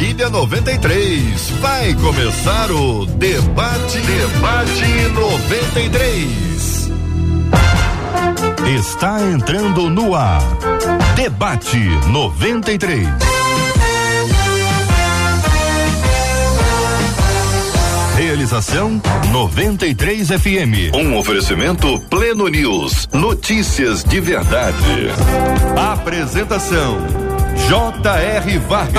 Família 93. Vai começar o Debate 93. Está entrando no ar. Debate 93. Realização 93 FM. Um oferecimento Pleno News. Notícias de verdade. Apresentação J.R. Vargas.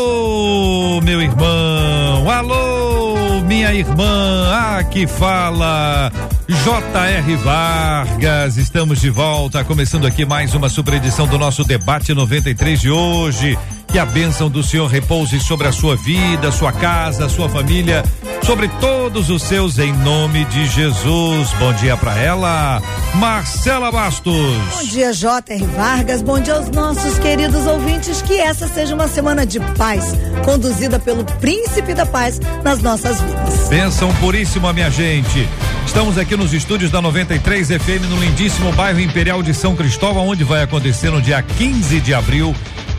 Alô, meu irmão. Alô, minha irmã. Aqui fala J.R. Vargas. Estamos de volta, começando aqui mais uma super edição do nosso Debate 93 de hoje. Que a bênção do Senhor repouse sobre a sua vida, sua casa, sua família, sobre todos os seus, em nome de Jesus. Bom dia para ela, Marcela Bastos. Bom dia, J.R. Vargas. Bom dia aos nossos queridos ouvintes. Que essa seja uma semana de paz, conduzida pelo Príncipe da Paz nas nossas vidas. Bênção puríssima, minha gente. Estamos aqui nos estúdios da 93 FM, no lindíssimo bairro Imperial de São Cristóvão, onde vai acontecer no dia 15 de abril,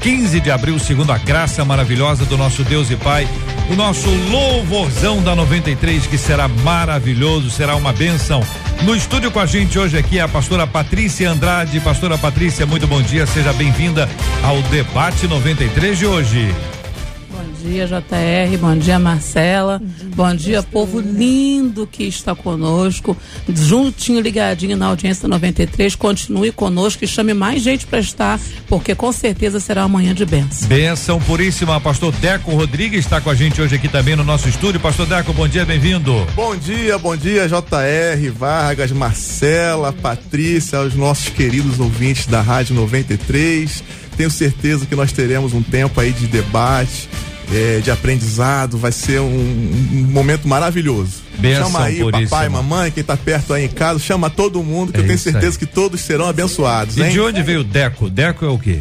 segundo a graça maravilhosa do nosso Deus e Pai, o nosso louvorzão da 93, que será maravilhoso, será uma bênção. No estúdio com a gente hoje aqui é a pastora Patrícia Andrade. Pastora Patrícia, muito bom dia, seja bem-vinda ao Debate 93 de hoje. Bom dia, JR, bom dia, Marcela, bom dia, povo lindo que está conosco, juntinho, ligadinho na audiência da 93, continue conosco e chame mais gente para estar, porque com certeza será uma manhã de bênção. Bênção puríssima. Pastor Deco Rodrigues está com a gente hoje aqui também no nosso estúdio. Pastor Deco, bom dia, bem-vindo. Bom dia, JR, Vargas, Marcela, Patrícia, aos nossos queridos ouvintes da Rádio 93. Tenho certeza que nós teremos um tempo aí de debate, de aprendizado, vai ser um momento maravilhoso. Benção chama aí puríssima. Papai, mamãe, quem tá perto aí em casa, chama todo mundo, que eu tenho certeza aí que todos serão abençoados, hein? E de onde veio o Deco? Deco é o quê?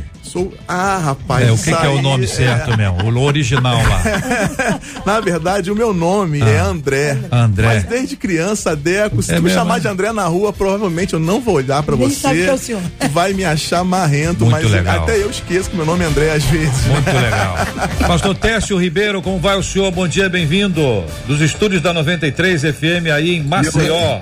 Rapaz, o que é o nome certo mesmo? O original lá. Na verdade, o meu nome é André. Mas desde criança, Deco, se tu me chamar de André na rua, provavelmente eu não vou olhar pra você. Sabe que é o senhor. Tu vai me achar marrento, muito mas legal. Até eu esqueço que meu nome é André às vezes. Muito legal. Pastor Técio Ribeiro, como vai o senhor? Bom dia, bem-vindo. Dos estúdios da 93 FM aí em Maceió.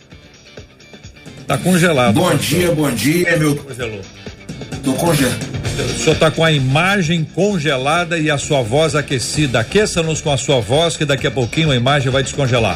Tá congelado. Bom dia, meu. Congelou. Tô congelado. O senhor está com a imagem congelada e a sua voz aquecida. Aqueça-nos com a sua voz, que daqui a pouquinho a imagem vai descongelar.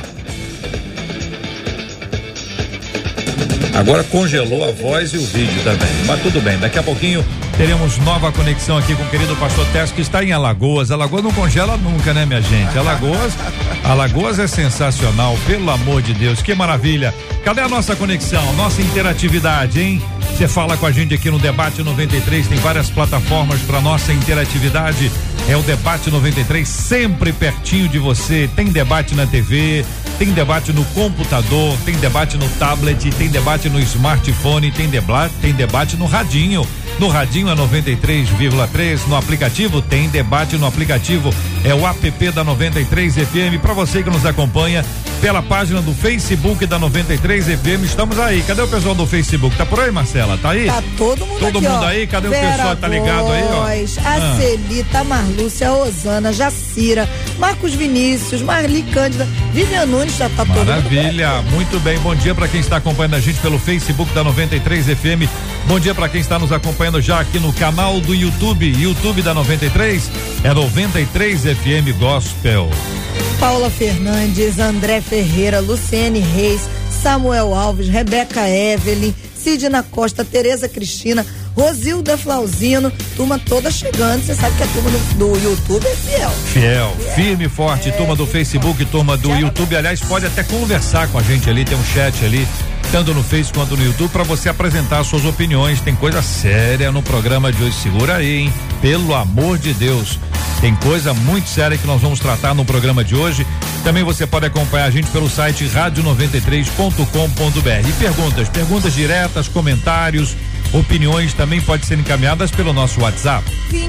Agora congelou a voz e o vídeo também, mas tudo bem, daqui a pouquinho teremos nova conexão aqui com o querido pastor Técio, que está em Alagoas. Alagoas não congela nunca, né, minha gente? Alagoas é sensacional, pelo amor de Deus, que maravilha. Cadê a nossa conexão, nossa interatividade, hein? Você fala com a gente aqui no Debate 93, tem várias plataformas para nossa interatividade. É o Debate 93, sempre pertinho de você. Tem debate na TV, tem debate no computador, tem debate no tablet, tem debate no smartphone, tem debate no radinho. No radinho é 93,3, no aplicativo tem debate no aplicativo, é o app da 93 FM. Para você que nos acompanha pela página do Facebook da 93 FM, estamos aí. Cadê o pessoal do Facebook? Tá por aí, Marcela? Tá aí? Tá todo mundo aqui, mundo aí? Cadê Vera o pessoal? Tá ligado aí, ó? A Celita, a Marlúcia, a Rosana, Jacira, Marcos Vinícius, Marli Cândida, Vivian Nunes, já tá todo mundo. Maravilha, muito bem. Bom dia para quem está acompanhando a gente pelo Facebook da 93 FM. Bom dia para quem está nos acompanhando já aqui no canal do YouTube da 93, é 93 FM Gospel. Paula Fernandes, André Ferreira, Luciene Reis, Samuel Alves, Rebeca Evelyn, Sidna Costa, Tereza Cristina, Rosilda Flauzino, turma toda chegando. Você sabe que a turma do YouTube é fiel, firme e forte. Turma do Facebook, turma do YouTube, aliás, pode até conversar com a gente ali, tem um chat ali, tanto no Face quanto no YouTube, para você apresentar suas opiniões. Tem coisa séria no programa de hoje, segura aí, hein? Pelo amor de Deus, tem coisa muito séria que nós vamos tratar no programa de hoje. Também você pode acompanhar a gente pelo site radio93.com.br. E perguntas diretas, comentários, opiniões também podem ser encaminhadas pelo nosso WhatsApp.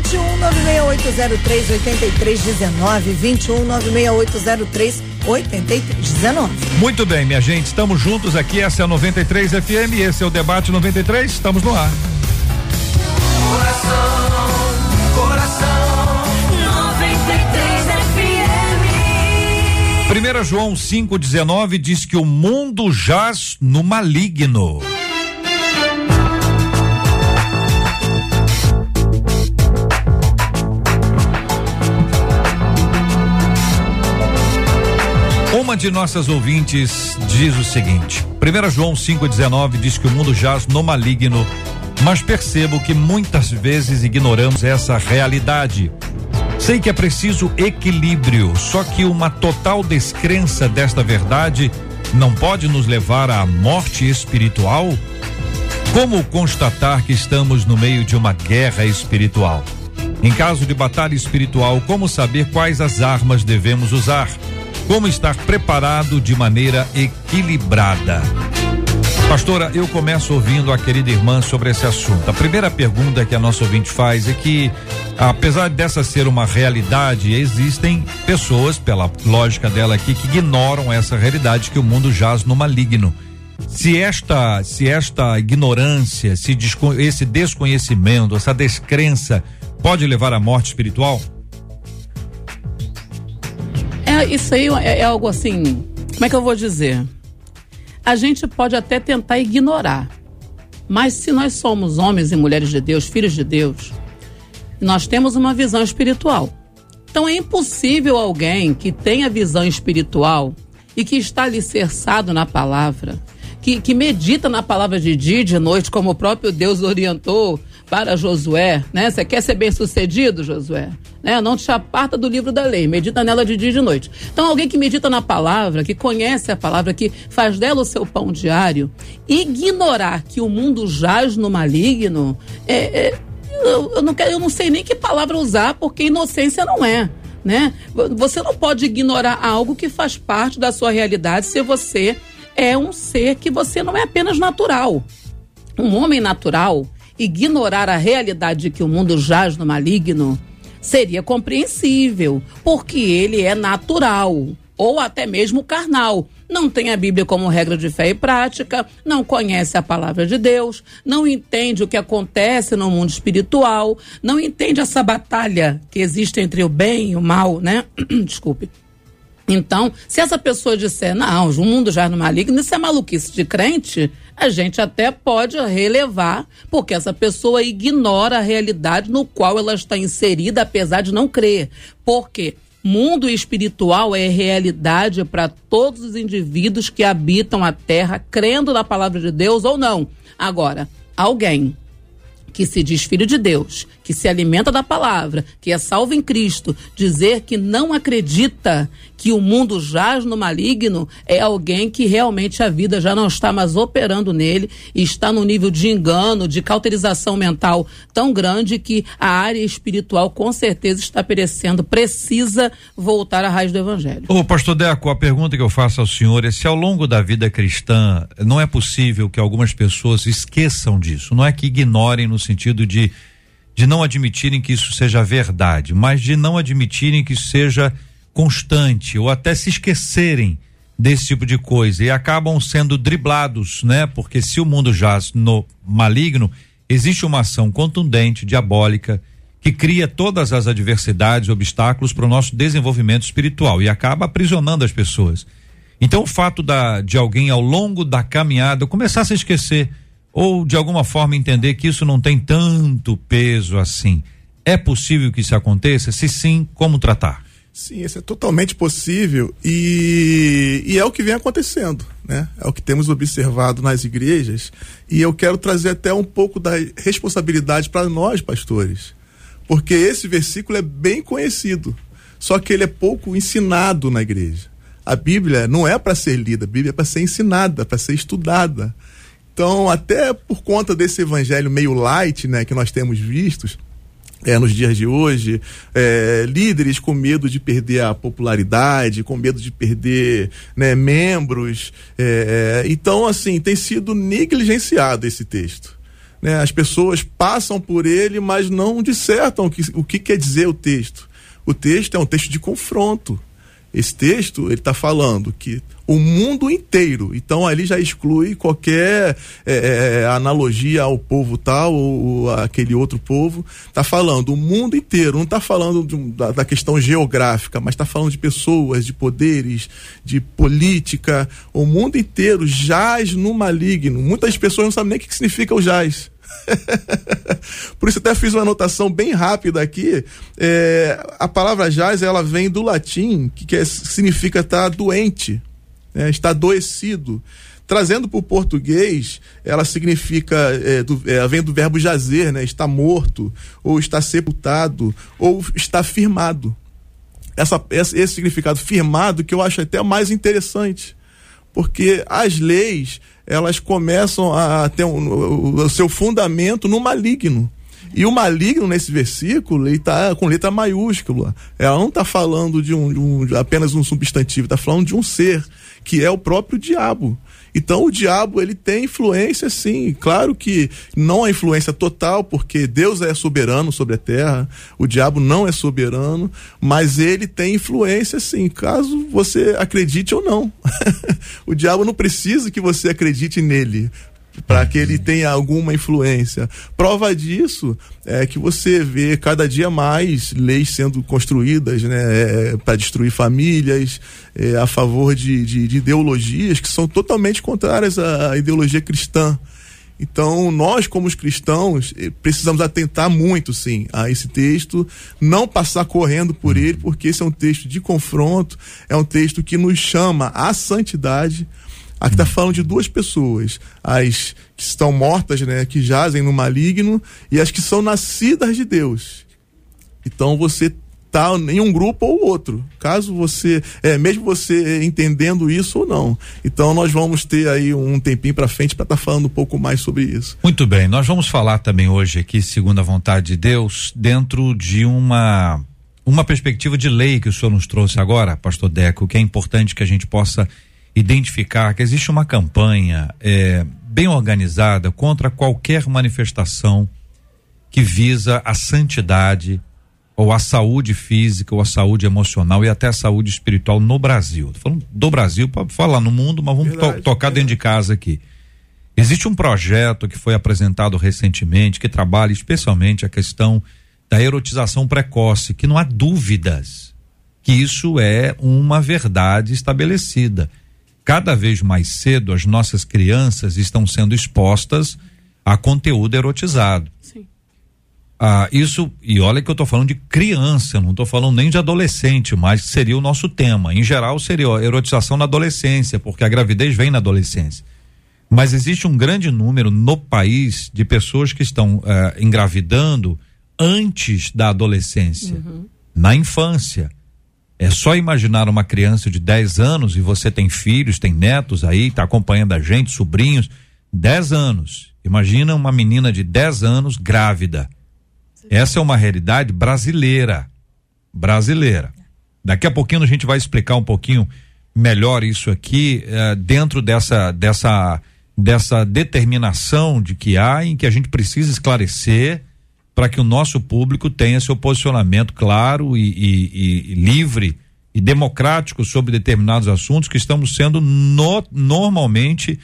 21-96803-8319. Muito bem, minha gente, estamos juntos aqui, essa é a 93 FM, esse é o Debate 93, estamos no ar. Coração, 93. 1 João 5,19 diz que o mundo jaz no maligno. Uma de nossas ouvintes diz o seguinte: 1 João 5,19 diz que o mundo jaz no maligno, mas percebo que muitas vezes ignoramos essa realidade. Sei que é preciso equilíbrio, só que uma total descrença desta verdade não pode nos levar à morte espiritual? Como constatar que estamos no meio de uma guerra espiritual? Em caso de batalha espiritual, como saber quais as armas devemos usar? Como estar preparado de maneira equilibrada? Pastora, eu começo ouvindo a querida irmã sobre esse assunto. A primeira pergunta que a nossa ouvinte faz é que, apesar dessa ser uma realidade, existem pessoas, pela lógica dela aqui, que ignoram essa realidade, que o mundo jaz no maligno. Se esta ignorância, esse desconhecimento, essa descrença pode levar à morte espiritual? Isso aí é algo assim, como é que eu vou dizer? A gente pode até tentar ignorar, mas se nós somos homens e mulheres de Deus, filhos de Deus, nós temos uma visão espiritual. Então é impossível alguém que tenha visão espiritual e que está alicerçado na palavra, que medita na palavra de dia e de noite, como o próprio Deus orientou para Josué, né? Você quer ser bem sucedido, Josué? Né? Não te aparta do livro da lei, medita nela de dia e de noite. Então alguém que medita na palavra, que conhece a palavra, que faz dela o seu pão diário, ignorar que o mundo jaz no maligno, eu não sei nem que palavra usar, porque inocência não é, né? Você não pode ignorar algo que faz parte da sua realidade se você é um ser que você não é apenas natural. Um homem natural, ignorar a realidade de que o mundo jaz no maligno seria compreensível, porque ele é natural, ou até mesmo carnal. Não tem a Bíblia como regra de fé e prática, não conhece a palavra de Deus, não entende o que acontece no mundo espiritual, não entende essa batalha que existe entre o bem e o mal, né? Desculpe. Então, se essa pessoa disser, não, o mundo jaz no maligno, isso é maluquice de crente, a gente até pode relevar, porque essa pessoa ignora a realidade no qual ela está inserida, apesar de não crer. Porque mundo espiritual é realidade para todos os indivíduos que habitam a terra, crendo na palavra de Deus ou não. Agora, alguém que se diz filho de Deus, que se alimenta da palavra, que é salvo em Cristo, dizer que não acredita que o mundo jaz no maligno, é alguém que realmente a vida já não está mais operando nele e está num nível de engano, de cauterização mental tão grande que a área espiritual com certeza está perecendo, precisa voltar à raiz do evangelho. Ô pastor Deco, a pergunta que eu faço ao senhor é se ao longo da vida cristã não é possível que algumas pessoas esqueçam disso, não é que ignorem no sentido de não admitirem que isso seja verdade, mas de não admitirem que isso seja constante, ou até se esquecerem desse tipo de coisa e acabam sendo driblados, né? Porque se o mundo jaz no maligno, existe uma ação contundente, diabólica, que cria todas as adversidades, obstáculos para o nosso desenvolvimento espiritual e acaba aprisionando as pessoas. Então o fato de alguém ao longo da caminhada começar a se esquecer ou de alguma forma entender que isso não tem tanto peso assim, é possível que isso aconteça? Se sim, como tratar? Sim, isso é totalmente possível e é o que vem acontecendo, né? É o que temos observado nas igrejas e eu quero trazer até um pouco da responsabilidade para nós, pastores, porque esse versículo é bem conhecido, só que ele é pouco ensinado na igreja. A Bíblia não é para ser lida, a Bíblia é para ser ensinada, para ser estudada. Então, até por conta desse evangelho meio light, né, que nós temos vistos nos dias de hoje, líderes com medo de perder a popularidade, com medo de perder, né, membros, então assim, tem sido negligenciado esse texto, né? As pessoas passam por ele, mas não dissertam o que quer dizer o texto. O texto é um texto de confronto, Esse texto, ele está falando que o mundo inteiro, então ali já exclui qualquer analogia ao povo tal ou aquele outro povo, está falando o mundo inteiro, não está falando da questão geográfica, mas está falando de pessoas, de poderes, de política. O mundo inteiro jaz no maligno. Muitas pessoas não sabem nem o que significa o jaz. Por isso até fiz uma anotação bem rápida aqui. A palavra jaz, ela vem do latim, que significa estar doente, está adoecido. Trazendo para o português, ela significa, vem do verbo jazer, né? Está morto, ou está sepultado, ou está firmado. Esse significado firmado que eu acho até mais interessante, porque as leis, elas começam a ter o seu fundamento no maligno. E o maligno, nesse versículo, ele está com letra maiúscula. Ela não está falando de apenas um substantivo, está falando de um ser, que é o próprio diabo. Então o diabo, ele tem influência, sim. Claro que não a influência total, porque Deus é soberano sobre a terra, o diabo não é soberano, mas ele tem influência, sim, caso você acredite ou não. O diabo não precisa que você acredite nele para que ele tenha alguma influência. Prova disso é que você vê cada dia mais leis sendo construídas, né, para destruir famílias, a favor de ideologias que são totalmente contrárias à ideologia cristã. Então, nós, como os cristãos, precisamos atentar muito, sim, a esse texto, não passar correndo por ele, porque esse é um texto de confronto, é um texto que nos chama à santidade. Aqui está falando de duas pessoas, as que estão mortas, né, que jazem no maligno, e as que são nascidas de Deus. Então você está em um grupo ou outro, caso você, mesmo você entendendo isso ou não. Então nós vamos ter aí um tempinho para frente para estar falando um pouco mais sobre isso. Muito bem, nós vamos falar também hoje aqui, segundo a vontade de Deus, dentro de uma perspectiva de lei que o senhor nos trouxe agora, pastor Deco, que é importante que a gente possa identificar que existe uma campanha bem organizada contra qualquer manifestação que visa a santidade ou a saúde física ou a saúde emocional e até a saúde espiritual no Brasil. Tô falando do Brasil para falar no mundo, mas vamos tocar dentro de casa aqui. Existe um projeto que foi apresentado recentemente que trabalha especialmente a questão da erotização precoce, que não há dúvidas que isso é uma verdade estabelecida. Cada vez mais cedo as nossas crianças estão sendo expostas a conteúdo erotizado. Sim. Isso, e olha que eu estou falando de criança, não estou falando nem de adolescente, mas seria o nosso tema. Em geral seria a erotização na adolescência, porque a gravidez vem na adolescência. Mas existe um grande número no país de pessoas que estão engravidando antes da adolescência, na infância. É só imaginar uma criança de 10 anos, e você tem filhos, tem netos aí, está acompanhando a gente, sobrinhos, 10 anos. Imagina uma menina de 10 anos grávida. Essa é uma realidade brasileira. Daqui a pouquinho a gente vai explicar um pouquinho melhor isso aqui, dentro dessa determinação de que há, em que a gente precisa esclarecer para que o nosso público tenha seu posicionamento claro e livre e democrático sobre determinados assuntos que estamos sendo normalmente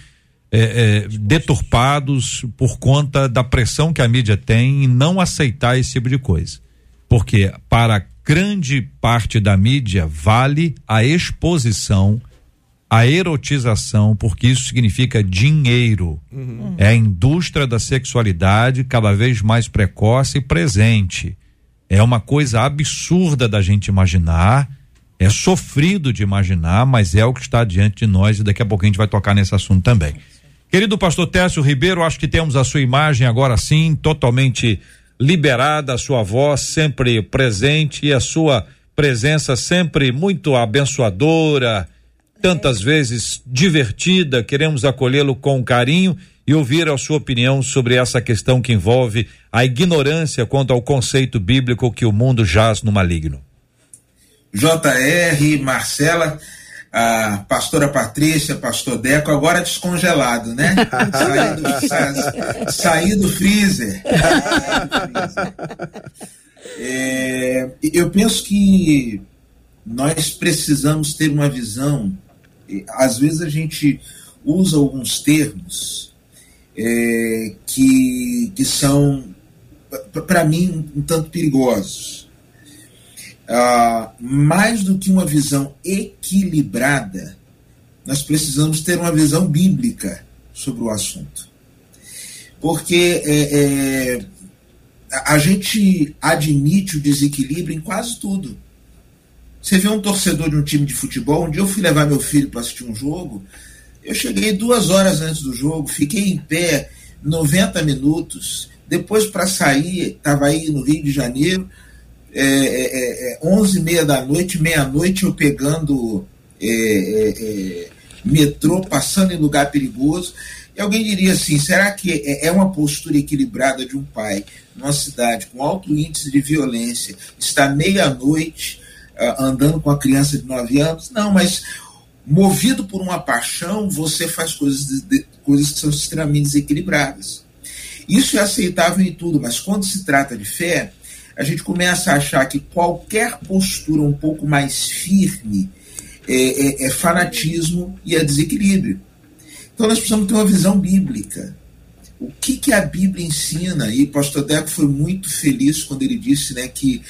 deturpados por conta da pressão que a mídia tem em não aceitar esse tipo de coisa. Porque para grande parte da mídia vale a exposição, a erotização, porque isso significa dinheiro. É a indústria da sexualidade cada vez mais precoce e presente. É uma coisa absurda da gente imaginar, é sofrido de imaginar, mas é o que está diante de nós, e daqui a pouco a gente vai tocar nesse assunto também. Querido pastor Técio Ribeiro, acho que temos a sua imagem agora sim, totalmente liberada, a sua voz sempre presente e a sua presença sempre muito abençoadora, tantas vezes divertida. Queremos acolhê-lo com carinho e ouvir a sua opinião sobre essa questão que envolve a ignorância quanto ao conceito bíblico que o mundo jaz no maligno. JR, Marcela, a pastora Patrícia, pastor Deco, agora descongelado, né? Saí do freezer. Eu penso que nós precisamos ter uma visão. Às vezes a gente usa alguns termos que são, para mim, um tanto perigosos. Mais do que uma visão equilibrada, nós precisamos ter uma visão bíblica sobre o assunto. Porque a gente admite o desequilíbrio em quase tudo. Você vê um torcedor de um time de futebol, um dia eu fui levar meu filho para assistir um jogo, eu cheguei 2 horas antes do jogo, fiquei em pé 90 minutos, depois para sair, estava aí no Rio de Janeiro, 11h30 da noite, meia-noite, eu pegando metrô, passando em lugar perigoso. E alguém diria assim, será que é uma postura equilibrada de um pai numa cidade com alto índice de violência, está meia-noite andando com a criança de 9 anos? Não, mas movido por uma paixão, você faz coisas que são extremamente desequilibradas. Isso é aceitável em tudo, mas quando se trata de fé, a gente começa a achar que qualquer postura um pouco mais firme é fanatismo e é desequilíbrio. Então nós precisamos ter uma visão bíblica. O que a Bíblia ensina? E o pastor Deco foi muito feliz quando ele disse, né, que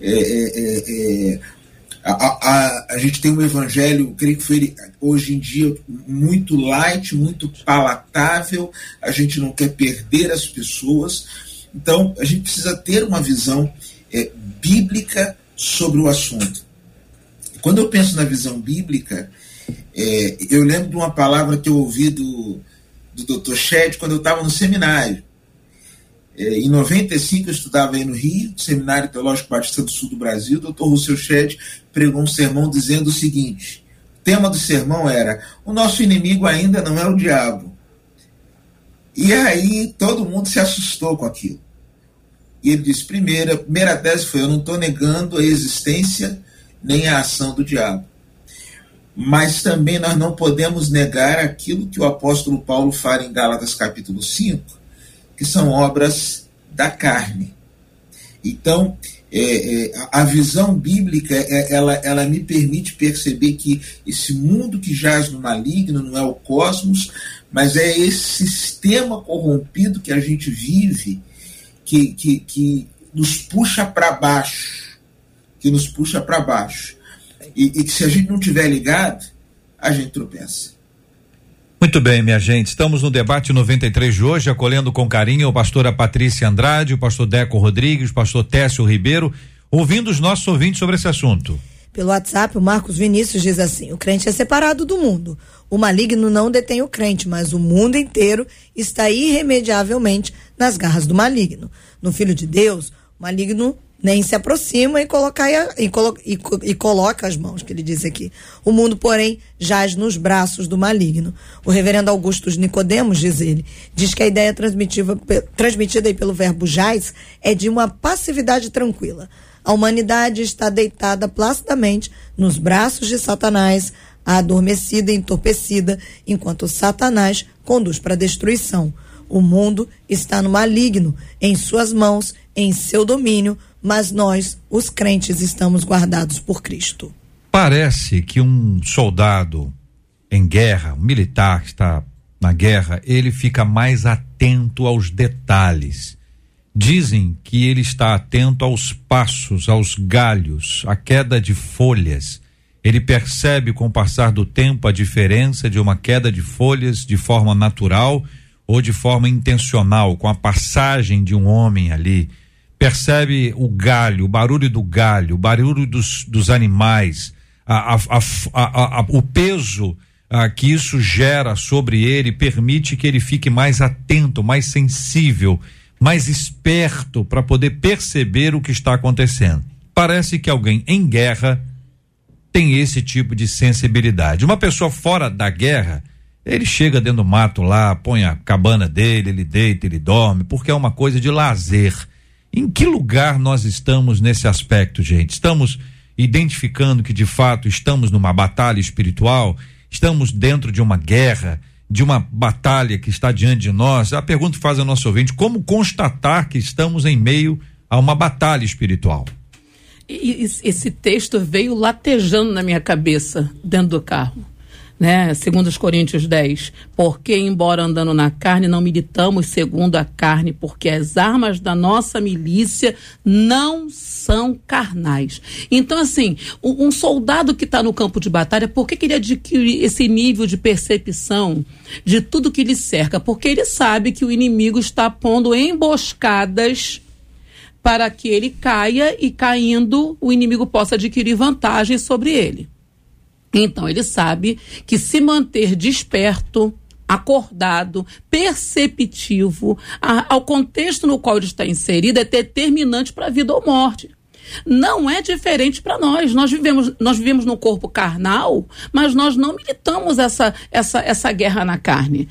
a gente tem um evangelho, creio que foi hoje em dia muito light, muito palatável, a gente não quer perder as pessoas, então a gente precisa ter uma visão bíblica sobre o assunto. Quando eu penso na visão bíblica, eu lembro de uma palavra que eu ouvi do Dr. Shedd quando eu estava no seminário. Em 95 eu estudava aí no Rio, Seminário Teológico Batista do Sul do Brasil. O Dr. Russell Shedd pregou um sermão dizendo o seguinte: o tema do sermão era: o nosso inimigo ainda não é o diabo. E aí todo mundo se assustou com aquilo. E ele disse, primeira tese foi: eu não estou negando a existência nem a ação do diabo. Mas também nós não podemos negar aquilo que o apóstolo Paulo fala em Gálatas capítulo 5, que são obras da carne. Então, a visão bíblica, ela me permite perceber que esse mundo que jaz no maligno não é o cosmos, mas é esse sistema corrompido que a gente vive, que nos puxa para baixo, e que se a gente não tiver ligado, a gente tropeça. Muito bem, minha gente, estamos no debate 93 de hoje, acolhendo com carinho a pastora Patrícia Andrade, o pastor Deco Rodrigues, o pastor Técio Ribeiro, ouvindo os nossos ouvintes sobre esse assunto. Pelo WhatsApp, o Marcos Vinícius diz assim: o crente é separado do mundo. O maligno não detém o crente, mas o mundo inteiro está irremediavelmente nas garras do maligno. No Filho de Deus, o maligno nem se aproxima e coloca as mãos, que ele diz aqui. O mundo, porém, jaz nos braços do maligno. O reverendo Augusto Nicodemos, diz ele, diz que a ideia transmitida aí pelo verbo jaz é de uma passividade tranquila. A humanidade está deitada placidamente nos braços de Satanás, adormecida e entorpecida, enquanto Satanás conduz para a destruição. O mundo está no maligno, em suas mãos, em seu domínio, mas nós, os crentes, estamos guardados por Cristo. Parece que um soldado em guerra, um militar que está na guerra, ele fica mais atento aos detalhes. Dizem que ele está atento aos passos, aos galhos, à queda de folhas. Ele percebe com o passar do tempo a diferença de uma queda de folhas de forma natural ou de forma intencional, com a passagem de um homem ali. Percebe o galho, o barulho do galho, o barulho dos animais, o peso que isso gera sobre ele, permite que ele fique mais atento, mais sensível, mais esperto para poder perceber o que está acontecendo. Parece que alguém em guerra tem esse tipo de sensibilidade. Uma pessoa fora da guerra, ele chega dentro do mato lá, põe a cabana dele, ele deita, ele dorme, porque é uma coisa de lazer. Em que lugar nós estamos nesse aspecto, gente? Estamos identificando que de fato estamos numa batalha espiritual? Estamos dentro de uma guerra, de uma batalha que está diante de nós? A pergunta que faz ao nosso ouvinte: como constatar que estamos em meio a uma batalha espiritual? esse texto veio latejando na minha cabeça, dentro do carro. Né? Segundo os Coríntios 10, porque embora andando na carne, não militamos segundo a carne, porque as armas da nossa milícia não são carnais. Então, assim, um soldado que está no campo de batalha, por que ele adquire esse nível de percepção de tudo que lhe cerca? Porque ele sabe que o inimigo está pondo emboscadas para que ele caia e, caindo, o inimigo possa adquirir vantagem sobre ele. Então, ele sabe que se manter desperto, acordado, perceptivo, ao contexto no qual ele está inserido é determinante para a vida ou morte. Não é diferente para nós. Nós vivemos num corpo carnal, mas nós não militamos essa guerra na carne.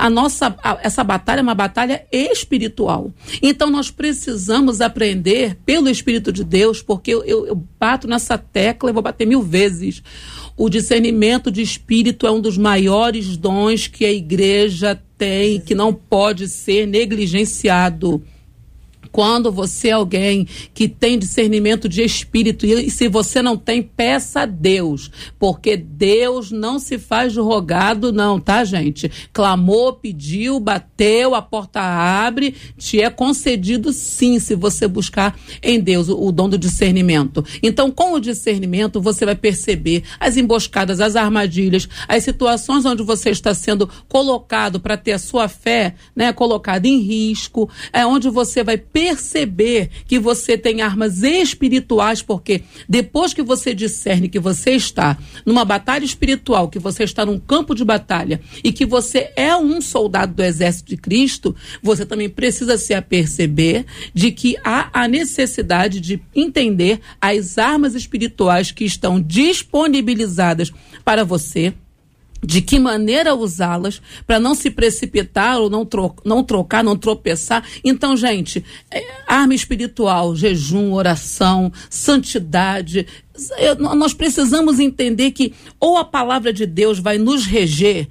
Essa batalha é uma batalha espiritual. Então nós precisamos aprender pelo Espírito de Deus, porque eu bato nessa tecla e vou bater 1000 vezes. O discernimento de espírito é um dos maiores dons que a igreja tem, que não pode ser negligenciado. Quando você é alguém que tem discernimento de espírito, e se você não tem, peça a Deus, porque Deus não se faz de rogado não, tá, gente? Clamou, pediu, bateu, a porta abre, te é concedido sim, se você buscar em Deus o dom do discernimento. Então, com o discernimento, você vai perceber as emboscadas, as armadilhas, as situações onde você está sendo colocado para ter a sua fé, né, colocada em risco, é onde você vai perceber que você tem armas espirituais, porque depois que você discerne que você está numa batalha espiritual, que você está num campo de batalha e que você é um soldado do exército de Cristo, você também precisa se aperceber de que há a necessidade de entender as armas espirituais que estão disponibilizadas para você, de que maneira usá-las para não se precipitar ou não trocar, não tropeçar. Então, gente, arma espiritual, jejum, oração, santidade. Nós precisamos entender que ou a palavra de Deus vai nos reger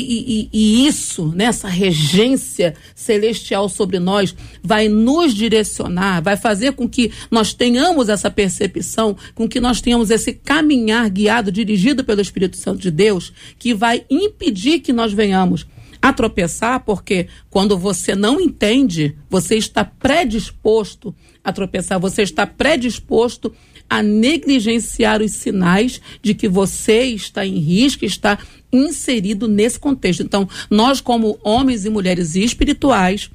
e isso, né, essa regência celestial sobre nós vai nos direcionar, vai fazer com que nós tenhamos essa percepção, com que nós tenhamos esse caminhar guiado, dirigido pelo Espírito Santo de Deus, que vai impedir que nós venhamos a tropeçar, porque quando você não entende, você está predisposto a tropeçar, você está predisposto a negligenciar os sinais de que você está em risco, está inserido nesse contexto. Então, nós como homens e mulheres espirituais,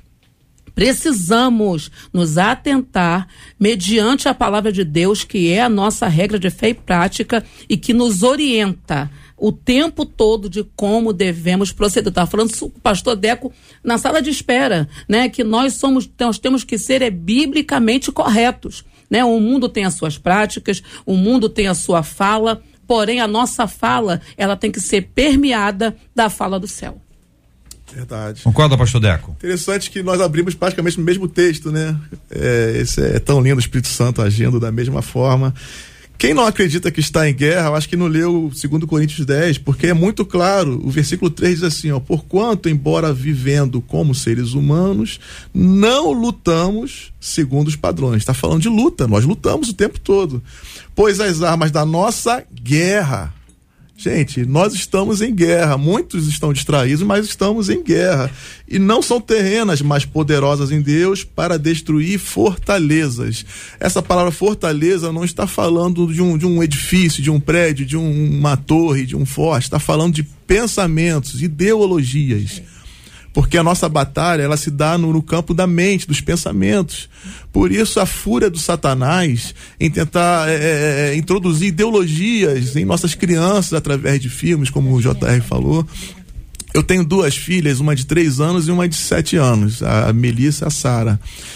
precisamos nos atentar mediante a palavra de Deus, que é a nossa regra de fé e prática e que nos orienta o tempo todo de como devemos proceder. Estava falando com o pastor Deco na sala de espera, né? Que nós temos que ser biblicamente corretos, né? O mundo tem as suas práticas, o mundo tem a sua fala, porém a nossa fala, ela tem que ser permeada da fala do céu. Verdade. Concorda, pastor Deco? Interessante que nós abrimos praticamente no mesmo texto, né? Esse é tão lindo, o Espírito Santo agindo da mesma forma. Quem não acredita que está em guerra, eu acho que não leu 2 Coríntios 10, porque é muito claro, o versículo 3 diz assim, ó, porquanto, embora vivendo como seres humanos, não lutamos segundo os padrões. Está falando de luta, nós lutamos o tempo todo. Pois as armas da nossa guerra, gente, nós estamos em guerra, muitos estão distraídos, mas estamos em guerra, e não são terrenas, mas poderosas em Deus para destruir fortalezas. Essa palavra fortaleza não está falando de um edifício, de um prédio, de uma torre, de um forte, está falando de pensamentos, ideologias. Porque a nossa batalha, ela se dá no campo da mente, dos pensamentos. Por isso a fúria do Satanás em tentar introduzir ideologias em nossas crianças através de filmes, como o JR falou. Eu tenho 2 filhas, uma de 3 anos e uma de 7 anos, a Melissa e a Sara.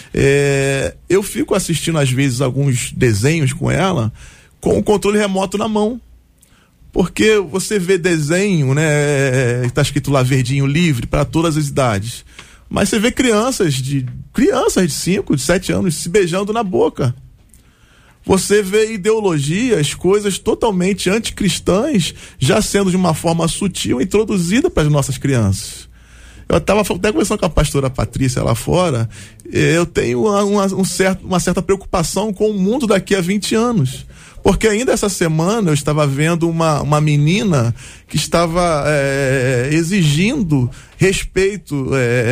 Eu fico assistindo às vezes alguns desenhos com ela, com o controle remoto na mão. Porque você vê desenho, né? Está escrito lá verdinho livre para todas as idades. Mas você vê crianças de 5, de 7 anos se beijando na boca. Você vê ideologias, coisas totalmente anticristãs, já sendo de uma forma sutil introduzida para as nossas crianças. Eu estava até conversando com a pastora Patrícia lá fora, eu tenho uma certa preocupação com o mundo daqui a 20 anos. Porque ainda essa semana eu estava vendo uma menina que estava exigindo respeito,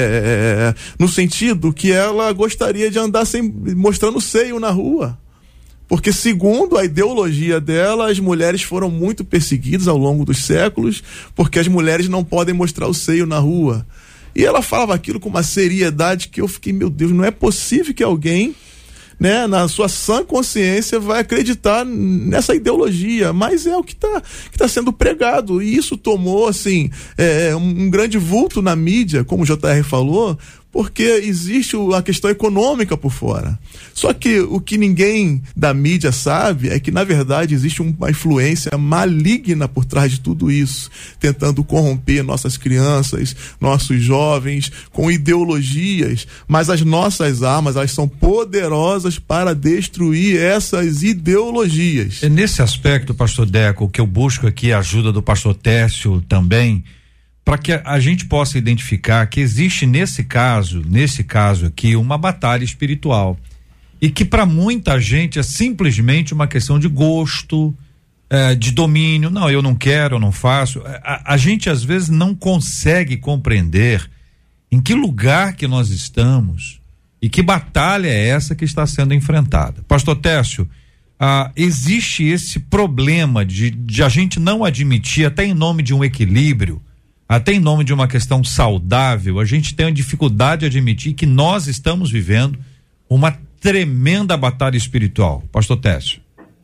no sentido que ela gostaria de andar mostrando seio na rua. Porque, segundo a ideologia dela, as mulheres foram muito perseguidas ao longo dos séculos, porque as mulheres não podem mostrar o seio na rua. E ela falava aquilo com uma seriedade que eu fiquei, meu Deus, não é possível que alguém, né, na sua sã consciência, vai acreditar nessa ideologia, mas é o que está sendo pregado, e isso tomou assim um grande vulto na mídia, como o JR falou, porque existe a questão econômica por fora. Só que o que ninguém da mídia sabe é que, na verdade, existe uma influência maligna por trás de tudo isso, tentando corromper nossas crianças, nossos jovens, com ideologias, mas as nossas armas, elas são poderosas para destruir essas ideologias. É nesse aspecto, pastor Deco, que eu busco aqui a ajuda do pastor Tércio também, para que a gente possa identificar que existe nesse caso aqui, uma batalha espiritual, e que para muita gente é simplesmente uma questão de gosto, de domínio. Não, eu não quero, eu não faço. A gente às vezes não consegue compreender em que lugar que nós estamos e que batalha é essa que está sendo enfrentada. Pastor Tércio, existe esse problema de a gente não admitir, até em nome de um equilíbrio, até em nome de uma questão saudável, a gente tem a dificuldade de admitir que nós estamos vivendo uma tremenda batalha espiritual. Pastor Tércio.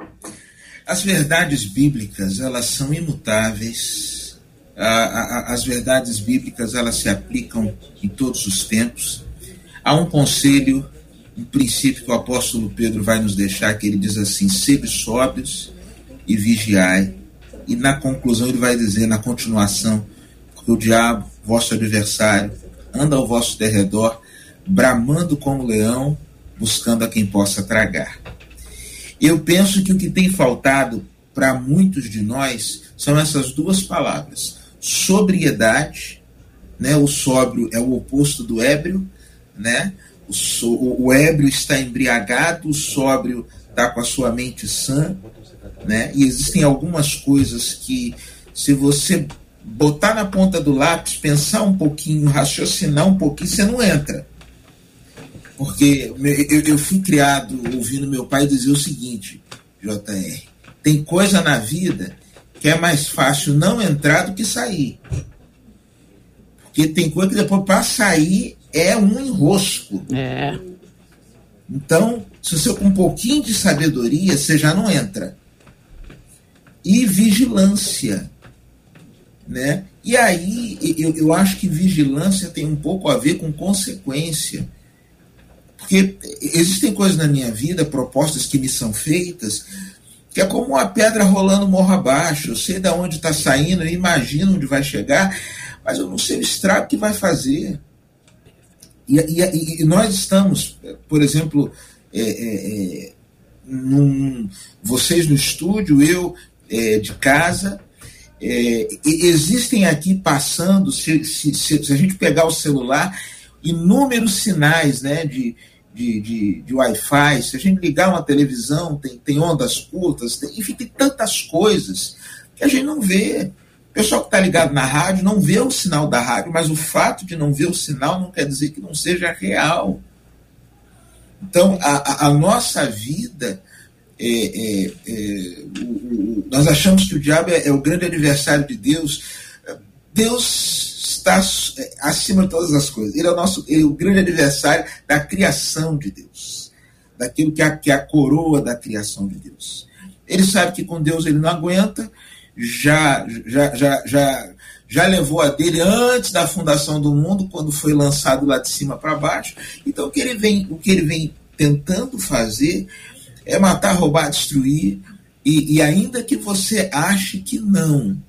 As verdades bíblicas, elas são imutáveis. As verdades bíblicas, elas se aplicam em todos os tempos. Há um conselho, um princípio que o apóstolo Pedro vai nos deixar, que ele diz assim: sede sóbrios e vigiai. E na conclusão ele vai dizer, na continuação, que o diabo, vosso adversário, anda ao vosso derredor, bramando como leão, buscando a quem possa tragar. Eu penso que o que tem faltado para muitos de nós são essas duas palavras: sobriedade, né? O sóbrio é o oposto do ébrio, né? O ébrio está embriagado, o sóbrio está com a sua mente sã, né? E existem algumas coisas que, se você botar na ponta do lápis, pensar um pouquinho, raciocinar um pouquinho, você não entra. Porque eu fui criado ouvindo meu pai dizer o seguinte: JR, tem coisa na vida que é mais fácil não entrar do que sair. Porque tem coisa que depois, para sair, é um enrosco. Então, se você com um pouquinho de sabedoria, você já não entra. E vigilância, né? E aí eu acho que vigilância tem um pouco a ver com consequência, porque existem coisas na minha vida, propostas que me são feitas, que é como uma pedra rolando morro abaixo. Eu sei de onde está saindo, eu imagino onde vai chegar, mas eu não sei o estrago que vai fazer. E nós estamos, por exemplo, vocês no estúdio, eu de casa. Existem aqui passando, se a gente pegar o celular, inúmeros sinais, né, de Wi-Fi. Se a gente ligar uma televisão, tem ondas curtas, enfim, tem tantas coisas que a gente não vê. O pessoal que está ligado na rádio não vê o sinal da rádio, mas o fato de não ver o sinal não quer dizer que não seja real. Então, a nossa vida, nós achamos que o diabo é o grande adversário de Deus. Deus está acima de todas as coisas. Ele é o grande adversário da criação de Deus, daquilo que é a coroa da criação de Deus. Ele sabe que com Deus ele não aguenta, já levou a dele antes da fundação do mundo, quando foi lançado lá de cima para baixo. Então o que ele vem tentando fazer é matar, roubar, destruir, e ainda que você ache que não,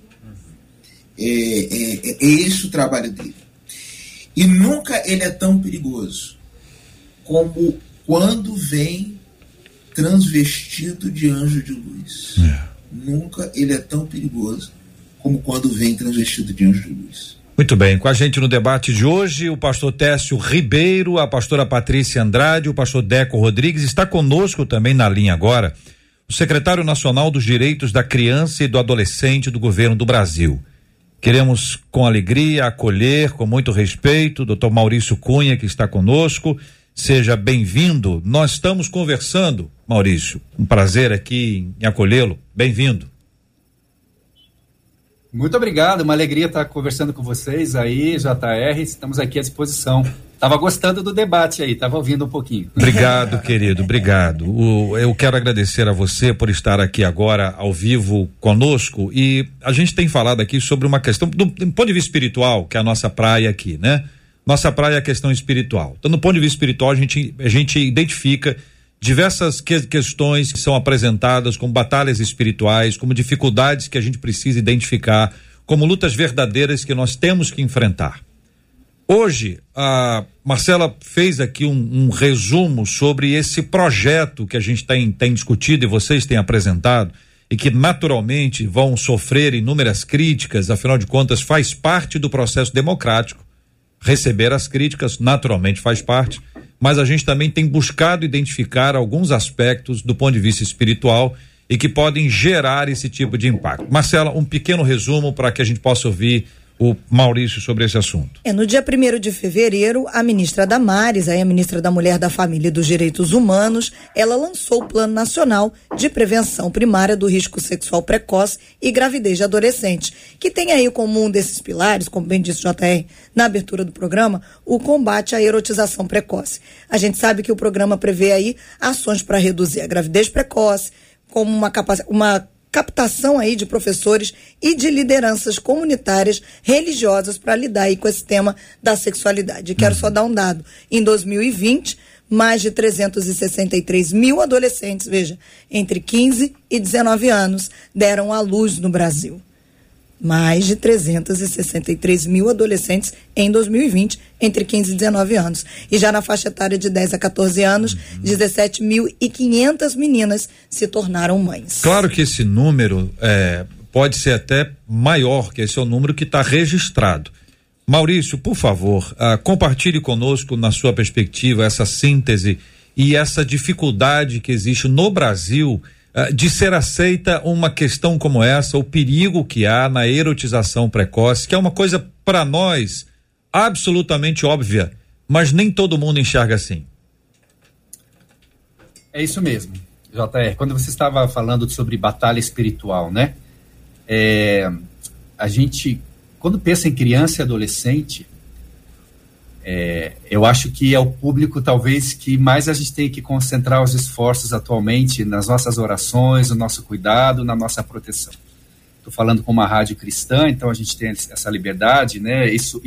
é esse o trabalho dele. E nunca ele é tão perigoso como quando vem transvestido de anjo de luz. Nunca ele é tão perigoso como quando vem transvestido de anjo de luz. Muito bem, com a gente no debate de hoje, o pastor Técio Ribeiro, a pastora Patrícia Andrade, o pastor Deco Rodrigues. Está conosco também na linha agora o secretário nacional dos Direitos da Criança e do Adolescente do Governo do Brasil. Queremos com alegria acolher, com muito respeito, o doutor Maurício Cunha, que está conosco. Seja bem-vindo. Nós estamos conversando, Maurício, um prazer aqui em acolhê-lo. Bem-vindo. Muito obrigado, uma alegria estar conversando com vocês aí, JR, estamos aqui à disposição. Estava gostando do debate aí, estava ouvindo um pouquinho. Obrigado, querido, obrigado. Eu quero agradecer a você por estar aqui agora ao vivo conosco, e a gente tem falado aqui sobre uma questão, do ponto de vista espiritual, que é a nossa praia aqui, né? Nossa praia é a questão espiritual. Então, do ponto de vista espiritual, a gente identifica diversas questões que são apresentadas como batalhas espirituais, como dificuldades que a gente precisa identificar, como lutas verdadeiras que nós temos que enfrentar. Hoje, a Marcela fez aqui um resumo sobre esse projeto que a gente tem discutido e vocês têm apresentado, e que naturalmente vão sofrer inúmeras críticas, afinal de contas faz parte do processo democrático. Receber as críticas naturalmente faz parte, mas a gente também tem buscado identificar alguns aspectos do ponto de vista espiritual e que podem gerar esse tipo de impacto. Marcela, um pequeno resumo para que a gente possa ouvir o Maurício sobre esse assunto. No dia 1º de fevereiro, a ministra Damares, a ministra da Mulher, da Família e dos Direitos Humanos, ela lançou o Plano Nacional de Prevenção Primária do Risco Sexual Precoce e Gravidez de Adolescentes, que tem aí como um desses pilares, como bem disse o JR na abertura do programa, o combate à erotização precoce. A gente sabe que o programa prevê aí ações para reduzir a gravidez precoce, como uma captação aí de professores e de lideranças comunitárias religiosas para lidar aí com esse tema da sexualidade. Quero só dar um dado. Em 2020, mais de 363 mil adolescentes, veja, entre 15 e 19 anos, deram à luz no Brasil. Mais de 363 mil adolescentes em 2020, entre 15 e 19 anos. E já na faixa etária de 10 a 14 anos, 17.500 meninas se tornaram mães. Claro que esse número pode ser até maior, que esse é o número que está registrado. Maurício, por favor, compartilhe conosco, na sua perspectiva, essa síntese e essa dificuldade que existe no Brasil de ser aceita uma questão como essa, o perigo que há na erotização precoce, que é uma coisa para nós absolutamente óbvia, mas nem todo mundo enxerga assim. É isso mesmo, JR. Quando você estava falando sobre batalha espiritual, né? A gente, quando pensa em criança e adolescente, eu acho que é o público talvez que mais a gente tem que concentrar os esforços atualmente nas nossas orações, no nosso cuidado, na nossa proteção. Estou falando com uma rádio cristã, então a gente tem essa liberdade, né? Isso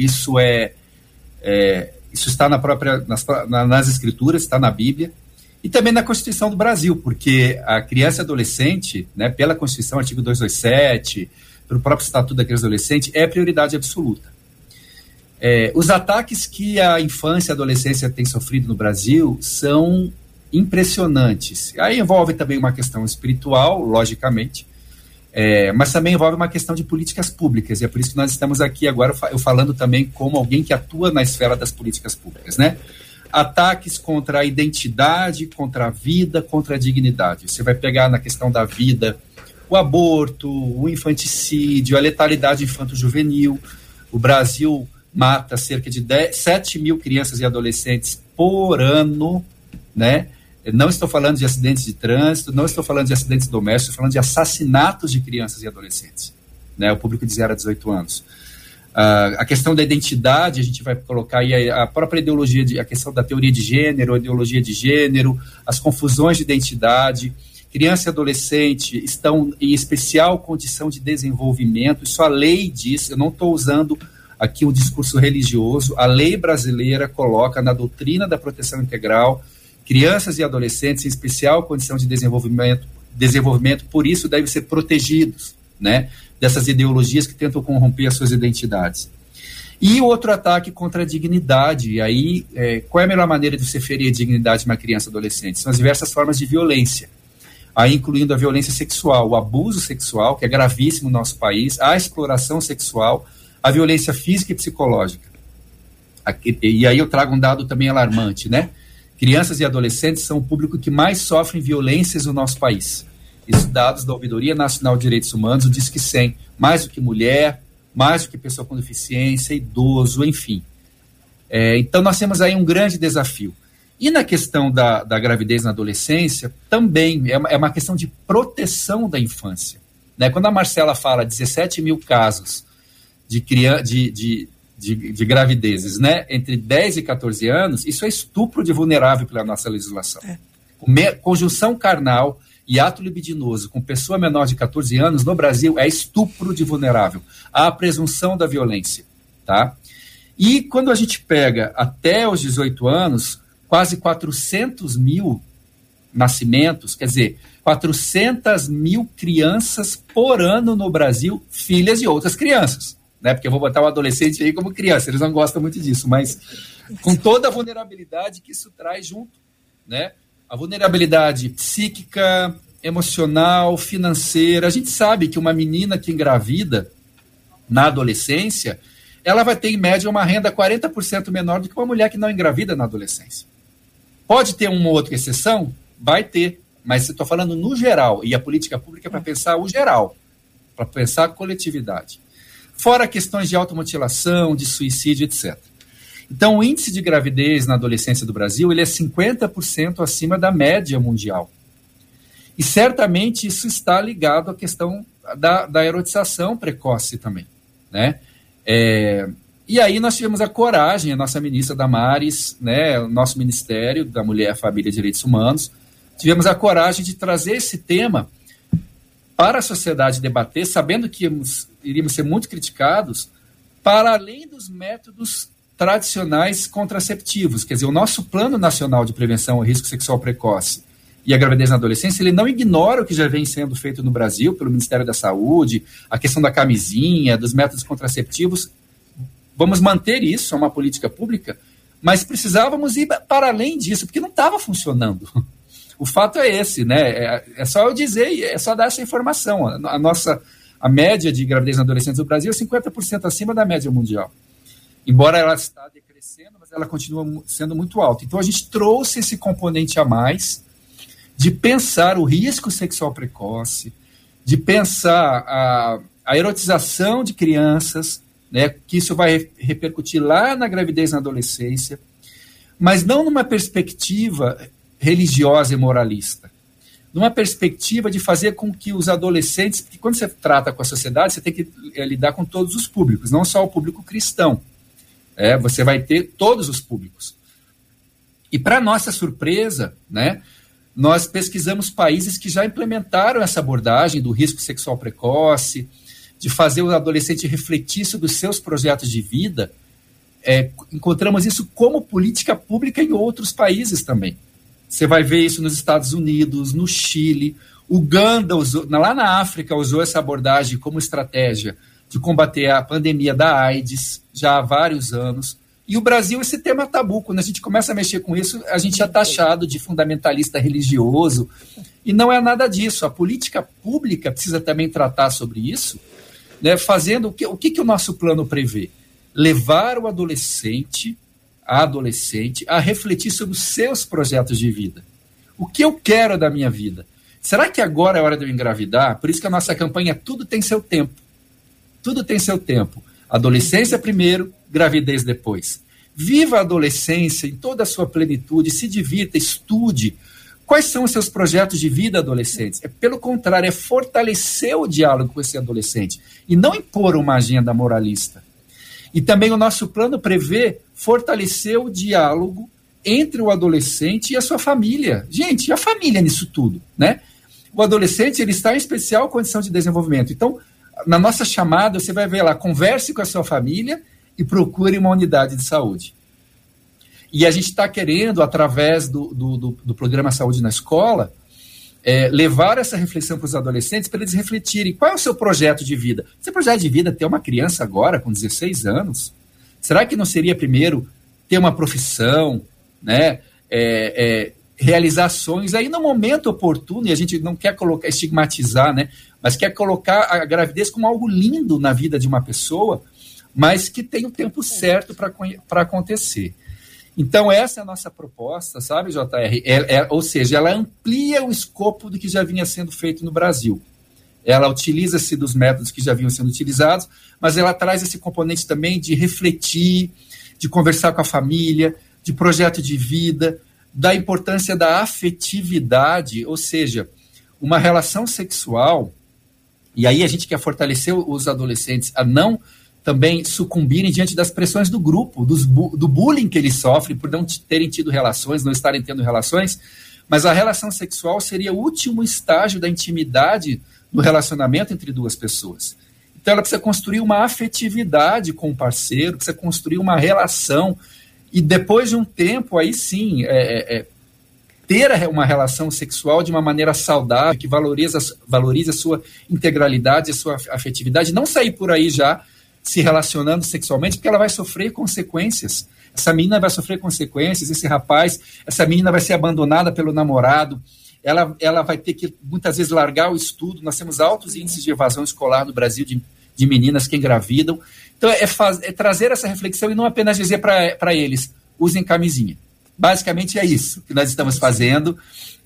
está nas escrituras, está na Bíblia e também na Constituição do Brasil, porque a criança e adolescente, né, pela Constituição, artigo 227, pelo próprio Estatuto da Criança e Adolescente, é prioridade absoluta. Os ataques que a infância e a adolescência têm sofrido no Brasil são impressionantes. Aí envolve também uma questão espiritual, logicamente, mas também envolve uma questão de políticas públicas, e é por isso que nós estamos aqui agora, eu falando também como alguém que atua na esfera das políticas públicas, né? Ataques contra a identidade, contra a vida, contra a dignidade. Você vai pegar na questão da vida o aborto, o infanticídio, a letalidade infanto-juvenil. O Brasil mata cerca de 7 mil crianças e adolescentes por ano, né? Não estou falando de acidentes de trânsito, não estou falando de acidentes domésticos, estou falando de assassinatos de crianças e adolescentes, né? O público de 0 a 18 anos. A questão da identidade, a gente vai colocar aí a própria ideologia, a questão da teoria de gênero, a ideologia de gênero, as confusões de identidade. Criança e adolescente estão em especial condição de desenvolvimento, isso a lei diz, eu não estou usando aqui o discurso religioso, a lei brasileira coloca na doutrina da proteção integral, crianças e adolescentes em especial condição de desenvolvimento, por isso devem ser protegidos, né, dessas ideologias que tentam corromper as suas identidades. E outro ataque contra a dignidade, e aí qual é a melhor maneira de você ferir a dignidade de uma criança e adolescente? São as diversas formas de violência, aí incluindo a violência sexual, o abuso sexual, que é gravíssimo no nosso país, a exploração sexual, a violência física e psicológica. E aí eu trago um dado também alarmante, né? Crianças e adolescentes são o público que mais sofrem violências no nosso país. Isso dados da Ouvidoria Nacional de Direitos Humanos, o Disque 100, mais do que mulher, mais do que pessoa com deficiência, idoso, enfim. Então nós temos aí um grande desafio. E na questão da gravidez na adolescência, também é uma questão de proteção da infância. Né? Quando a Marcela fala 17 mil casos de gravidezes, né, entre 10 e 14 anos, isso é estupro de vulnerável pela nossa legislação. Conjunção carnal e ato libidinoso com pessoa menor de 14 anos no Brasil é estupro de vulnerável. Há a presunção da violência. Tá? E quando a gente pega até os 18 anos, quase 400 mil nascimentos, quer dizer, 400 mil crianças por ano no Brasil, filhas de outras crianças. Né? Porque eu vou botar o adolescente aí como criança, eles não gostam muito disso, mas com toda a vulnerabilidade que isso traz junto, né? A vulnerabilidade psíquica, emocional, financeira. A gente sabe que uma menina que engravida na adolescência, ela vai ter em média uma renda 40% menor do que uma mulher que não engravida na adolescência. Pode ter uma ou outra exceção? Vai ter, mas eu estou falando no geral, e a política pública é para pensar o geral, para pensar a coletividade. Fora questões de automutilação, de suicídio, etc. Então, o índice de gravidez na adolescência do Brasil ele é 50% acima da média mundial. E certamente isso está ligado à questão da erotização precoce também. Né? E aí nós tivemos a coragem, a nossa ministra Damares, né, o nosso Ministério da Mulher, Família e Direitos Humanos, tivemos a coragem de trazer esse tema para a sociedade debater, sabendo que iríamos ser muito criticados, para além dos métodos tradicionais contraceptivos. Quer dizer, o nosso Plano Nacional de Prevenção ao Risco Sexual Precoce e a Gravidez na Adolescência, ele não ignora o que já vem sendo feito no Brasil pelo Ministério da Saúde, a questão da camisinha, dos métodos contraceptivos. Vamos manter isso, é uma política pública, mas precisávamos ir para além disso, porque não estava funcionando. O fato é esse, né? É só eu dizer, é só dar essa informação. A média de gravidez na adolescência do Brasil é 50% acima da média mundial. Embora ela está decrescendo, mas ela continua sendo muito alta. Então a gente trouxe esse componente a mais de pensar o risco sexual precoce, de pensar a erotização de crianças, né, que isso vai repercutir lá na gravidez na adolescência, mas não numa perspectiva religiosa e moralista, numa perspectiva de fazer com que os adolescentes, porque quando você trata com a sociedade, você tem que lidar com todos os públicos, não só o público cristão. Você vai ter todos os públicos. E para nossa surpresa, né, nós pesquisamos países que já implementaram essa abordagem do risco sexual precoce, de fazer o adolescente refletir sobre os seus projetos de vida. Encontramos isso como política pública em outros países também. Você vai ver isso nos Estados Unidos, no Chile, Uganda, lá na África, usou essa abordagem como estratégia de combater a pandemia da AIDS já há vários anos. E o Brasil, esse tema é tabu. Quando a gente começa a mexer com isso, a gente é taxado de fundamentalista religioso. E não é nada disso. A política pública precisa também tratar sobre isso, né, fazendo o que o nosso plano prevê? Levar o adolescente, a adolescente, a refletir sobre os seus projetos de vida. O que eu quero da minha vida? Será que agora é hora de eu engravidar? Por isso que a nossa campanha Tudo Tem Seu Tempo. Tudo tem seu tempo. Adolescência primeiro, gravidez depois. Viva a adolescência em toda a sua plenitude, se divirta, estude. Quais são os seus projetos de vida adolescentes? Pelo contrário, é fortalecer o diálogo com esse adolescente e não impor uma agenda moralista. E também o nosso plano prevê fortalecer o diálogo entre o adolescente e a sua família. Gente, e a família nisso tudo, né? O adolescente, ele está em especial condição de desenvolvimento. Então, na nossa chamada, você vai ver lá, converse com a sua família e procure uma unidade de saúde. E a gente está querendo, através do programa Saúde na Escola, levar essa reflexão para os adolescentes, para eles refletirem qual é o seu projeto de vida. Seu projeto de vida é ter uma criança agora, com 16 anos? Será que não seria primeiro ter uma profissão, né? Realizar sonhos aí no momento oportuno, e a gente não quer estigmatizar, né? Mas quer colocar a gravidez como algo lindo na vida de uma pessoa, mas que tem o tempo certo para acontecer. Então, essa é a nossa proposta, sabe, JR? Ou seja, ela amplia o escopo do que já vinha sendo feito no Brasil. Ela utiliza-se dos métodos que já vinham sendo utilizados, mas ela traz esse componente também de refletir, de conversar com a família, de projeto de vida, da importância da afetividade, ou seja, uma relação sexual, e aí a gente quer fortalecer os adolescentes a não também sucumbirem diante das pressões do grupo, do bullying que eles sofrem por não terem tido relações, não estarem tendo relações, mas a relação sexual seria o último estágio da intimidade no relacionamento entre duas pessoas. Então ela precisa construir uma afetividade com o parceiro, precisa construir uma relação, e depois de um tempo, aí sim, ter uma relação sexual de uma maneira saudável, que valorize a sua integralidade, a sua afetividade, não sair por aí já se relacionando sexualmente, porque ela vai sofrer consequências. Essa menina vai sofrer consequências, esse rapaz, essa menina vai ser abandonada pelo namorado, ela vai ter que, muitas vezes, largar o estudo. Nós temos altos índices de evasão escolar no Brasil de meninas que engravidam. Então, é trazer essa reflexão e não apenas dizer para eles, usem camisinha. Basicamente é isso que nós estamos fazendo.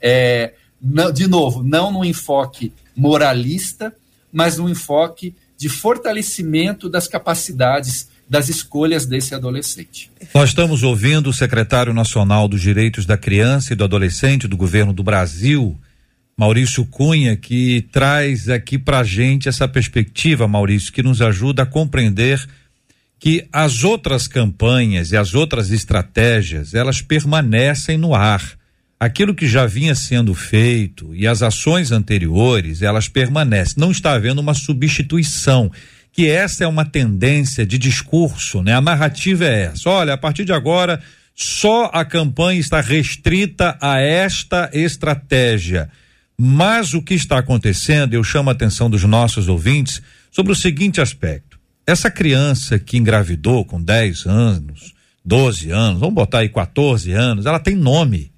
De novo, não no enfoque moralista, mas no enfoque de fortalecimento das capacidades, das escolhas desse adolescente. Nós estamos ouvindo o secretário nacional dos Direitos da Criança e do Adolescente do Governo do Brasil, Maurício Cunha, que traz aqui pra gente essa perspectiva, Maurício, que nos ajuda a compreender que as outras campanhas e as outras estratégias, elas permanecem no ar. Aquilo que já vinha sendo feito e as ações anteriores, elas permanecem. Não está havendo uma substituição, que essa é uma tendência de discurso, né? A narrativa é essa. Olha, a partir de agora, só a campanha está restrita a esta estratégia. Mas o que está acontecendo, eu chamo a atenção dos nossos ouvintes sobre o seguinte aspecto. Essa criança que engravidou com 10 anos, 12 anos, vamos botar aí 14 anos, ela tem nome.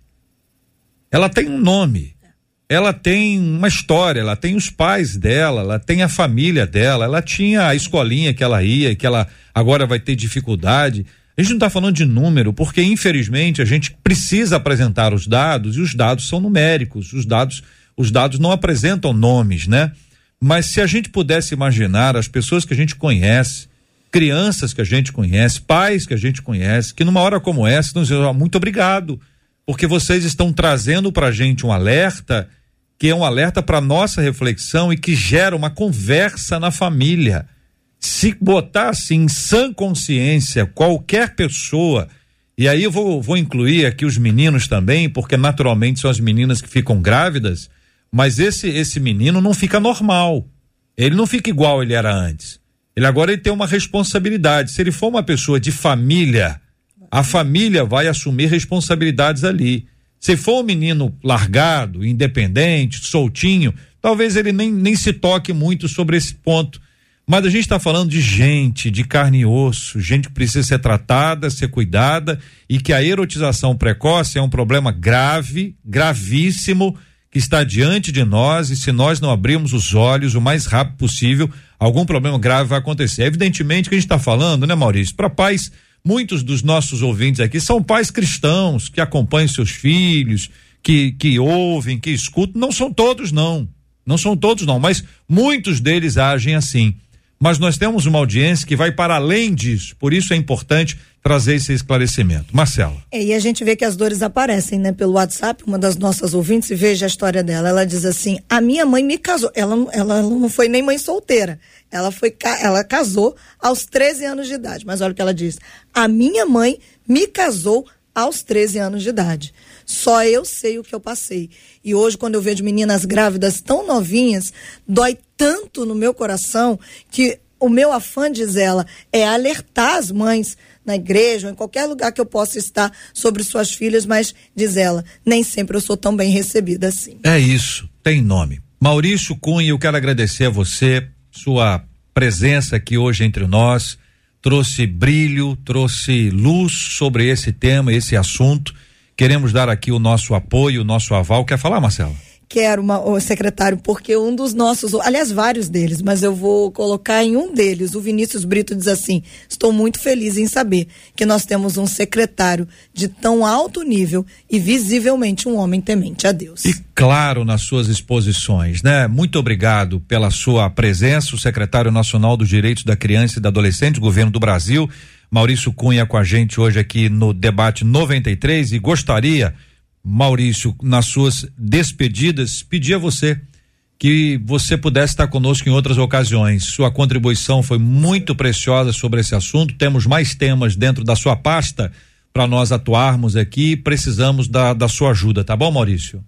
Ela tem um nome, ela tem uma história, ela tem os pais dela, ela tem a família dela, ela tinha a escolinha que ela ia, que ela agora vai ter dificuldade. A gente não está falando de número, porque infelizmente a gente precisa apresentar os dados e os dados são numéricos, os dados não apresentam nomes, né? Mas se a gente pudesse imaginar as pessoas que a gente conhece, crianças que a gente conhece, pais que a gente conhece, que numa hora como essa nos dizem, muito obrigado, porque vocês estão trazendo pra gente um alerta, que é um alerta para nossa reflexão e que gera uma conversa na família. Se botar assim, em sã consciência, qualquer pessoa, e aí eu vou incluir aqui os meninos também, porque naturalmente são as meninas que ficam grávidas, mas esse menino não fica normal, ele não fica igual ele era antes, ele tem uma responsabilidade. Se ele for uma pessoa de família, a família vai assumir responsabilidades ali. Se for um menino largado, independente, soltinho, talvez ele nem se toque muito sobre esse ponto. Mas a gente está falando de gente, de carne e osso, gente que precisa ser tratada, ser cuidada, e que a erotização precoce é um problema grave, gravíssimo, que está diante de nós, e se nós não abrirmos os olhos o mais rápido possível, algum problema grave vai acontecer. Evidentemente que a gente está falando, né, Maurício, para pais. Muitos dos nossos ouvintes aqui são pais cristãos que acompanham seus filhos, que ouvem, que escutam. Não são todos não, mas muitos deles agem assim. Mas nós temos uma audiência que vai para além disso, por isso é importante trazer esse esclarecimento. Marcela. E a gente vê que as dores aparecem, né? Pelo WhatsApp, uma das nossas ouvintes, e veja a história dela, ela diz assim, a minha mãe me casou, ela não foi nem mãe solteira, ela casou aos 13 anos de idade, mas olha o que ela diz, a minha mãe me casou aos 13 anos de idade, só eu sei o que eu passei, e hoje quando eu vejo meninas grávidas tão novinhas, dói tanto no meu coração, que o meu afã, diz ela, é alertar as mães na igreja ou em qualquer lugar que eu possa estar sobre suas filhas, mas, diz ela, nem sempre eu sou tão bem recebida assim. É isso, tem nome. Maurício Cunha, eu quero agradecer a você, sua presença aqui hoje entre nós, trouxe brilho, trouxe luz sobre esse tema, esse assunto. Queremos dar aqui o nosso apoio, o nosso aval. Quer falar, Marcela? quero, o secretário, porque um dos nossos, aliás, vários deles, mas eu vou colocar em um deles, o Vinícius Brito diz assim: estou muito feliz em saber que nós temos um secretário de tão alto nível e visivelmente um homem temente a Deus. E claro, nas suas exposições, né? Muito obrigado pela sua presença, o secretário nacional dos Direitos da Criança e do Adolescente do Governo do Brasil, Maurício Cunha, com a gente hoje aqui no Debate 93, e gostaria, Maurício, nas suas despedidas, pedir a você que você pudesse estar conosco em outras ocasiões. Sua contribuição foi muito preciosa sobre esse assunto. Temos mais temas dentro da sua pasta para nós atuarmos aqui. Precisamos da sua ajuda, tá bom, Maurício?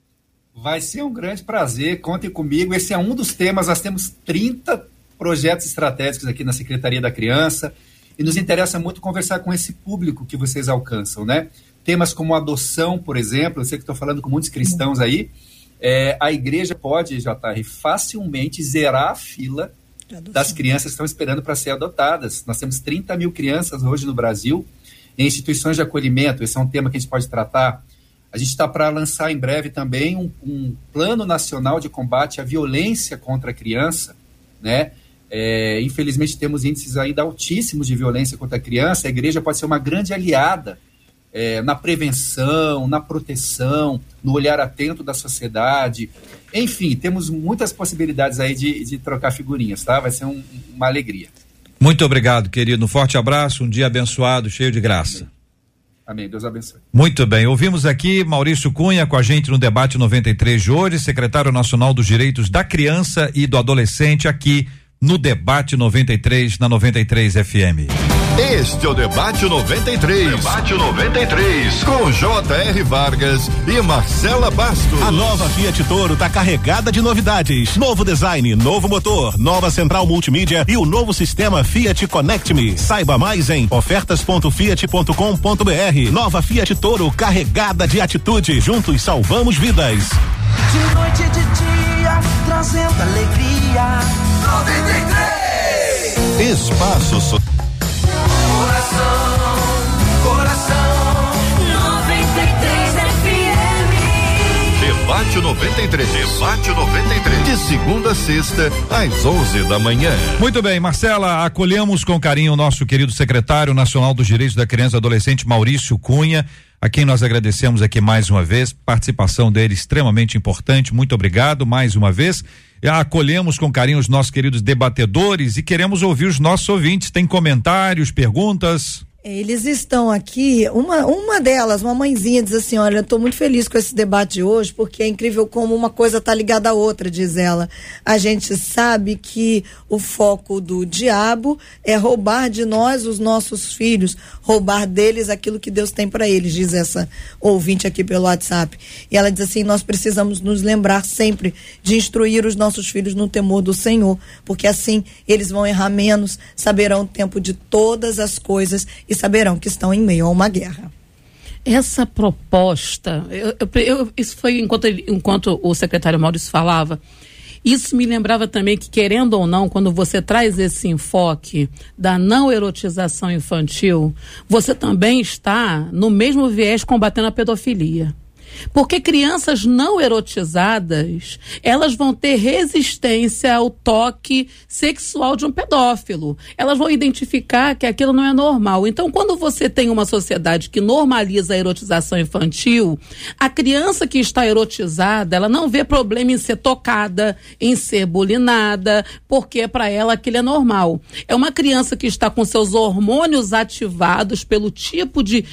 Vai ser um grande prazer, contem comigo. Esse é um dos temas. Nós temos 30 projetos estratégicos aqui na Secretaria da Criança e nos interessa muito conversar com esse público que vocês alcançam, né? Temas como adoção, por exemplo, eu sei que estou falando com muitos cristãos aí, a igreja pode, JR, facilmente zerar a fila das crianças que estão esperando para ser adotadas. Nós temos 30 mil crianças hoje no Brasil em instituições de acolhimento. Esse é um tema que a gente pode tratar. A gente está para lançar em breve também um plano nacional de combate à violência contra a criança, né? Infelizmente temos índices ainda altíssimos de violência contra a criança. A igreja pode ser uma grande aliada na prevenção, na proteção, no olhar atento da sociedade. Enfim, temos muitas possibilidades aí de trocar figurinhas, tá? Vai ser uma alegria. Muito obrigado, querido. Um forte abraço, um dia abençoado, cheio de graça. Amém. Deus abençoe. Muito bem, ouvimos aqui Maurício Cunha com a gente no Debate 93 de hoje, secretário nacional dos Direitos da Criança e do Adolescente, aqui no Debate 93, na 93 FM. Este é o Debate 93. Debate 93. Com J.R. Vargas e Marcela Bastos. A nova Fiat Toro tá carregada de novidades. Novo design, novo motor, nova central multimídia e o novo sistema Fiat Connect Me. Saiba mais em ofertas.fiat.com.br. Nova Fiat Toro carregada de atitude. Juntos salvamos vidas. De noite e de dia, trazendo alegria. 93. Espaço Coração 93 FM. Debate 93. Debate 93. De segunda a sexta, às 11 da manhã. Muito bem, Marcela, acolhemos com carinho o nosso querido secretário nacional dos Direitos da Criança e do Adolescente, Maurício Cunha, a quem nós agradecemos aqui mais uma vez, participação dele extremamente importante. Muito obrigado mais uma vez. Acolhemos com carinho os nossos queridos debatedores e queremos ouvir os nossos ouvintes. Tem comentários, perguntas? Eles estão aqui, uma delas, uma mãezinha, diz assim: olha, eu estou muito feliz com esse debate de hoje, porque é incrível como uma coisa está ligada à outra, diz ela. A gente sabe que o foco do diabo é roubar de nós os nossos filhos, roubar deles aquilo que Deus tem para eles, diz essa ouvinte aqui pelo WhatsApp. E ela diz assim: nós precisamos nos lembrar sempre de instruir os nossos filhos no temor do Senhor, porque assim eles vão errar menos, saberão o tempo de todas as coisas e saberão que estão em meio a uma guerra. Essa proposta, isso foi enquanto o secretário Maurício falava, isso me lembrava também que, querendo ou não, quando você traz esse enfoque da não erotização infantil, você também está no mesmo viés combatendo a pedofilia. Porque crianças não erotizadas, elas vão ter resistência ao toque sexual de um pedófilo. Elas vão identificar que aquilo não é normal. Então, quando você tem uma sociedade que normaliza a erotização infantil, a criança que está erotizada, ela não vê problema em ser tocada, em ser bulinada, porque para ela aquilo é normal. É uma criança que está com seus hormônios ativados pelo tipo de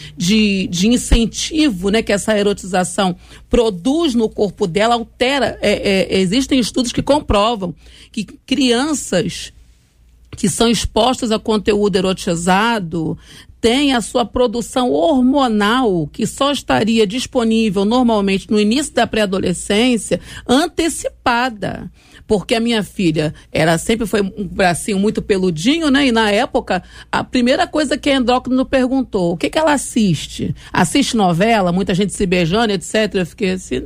incentivo, né, que essa erotização produz no corpo dela, altera. Existem estudos que comprovam que crianças que são expostas a conteúdo erotizado têm a sua produção hormonal, que só estaria disponível normalmente no início da pré-adolescência, antecipada. Porque a minha filha, ela sempre foi um bracinho muito peludinho, né? E na época, a primeira coisa que a endócrino perguntou: o que ela assiste? Assiste novela? Muita gente se beijando, etc. Eu fiquei assim: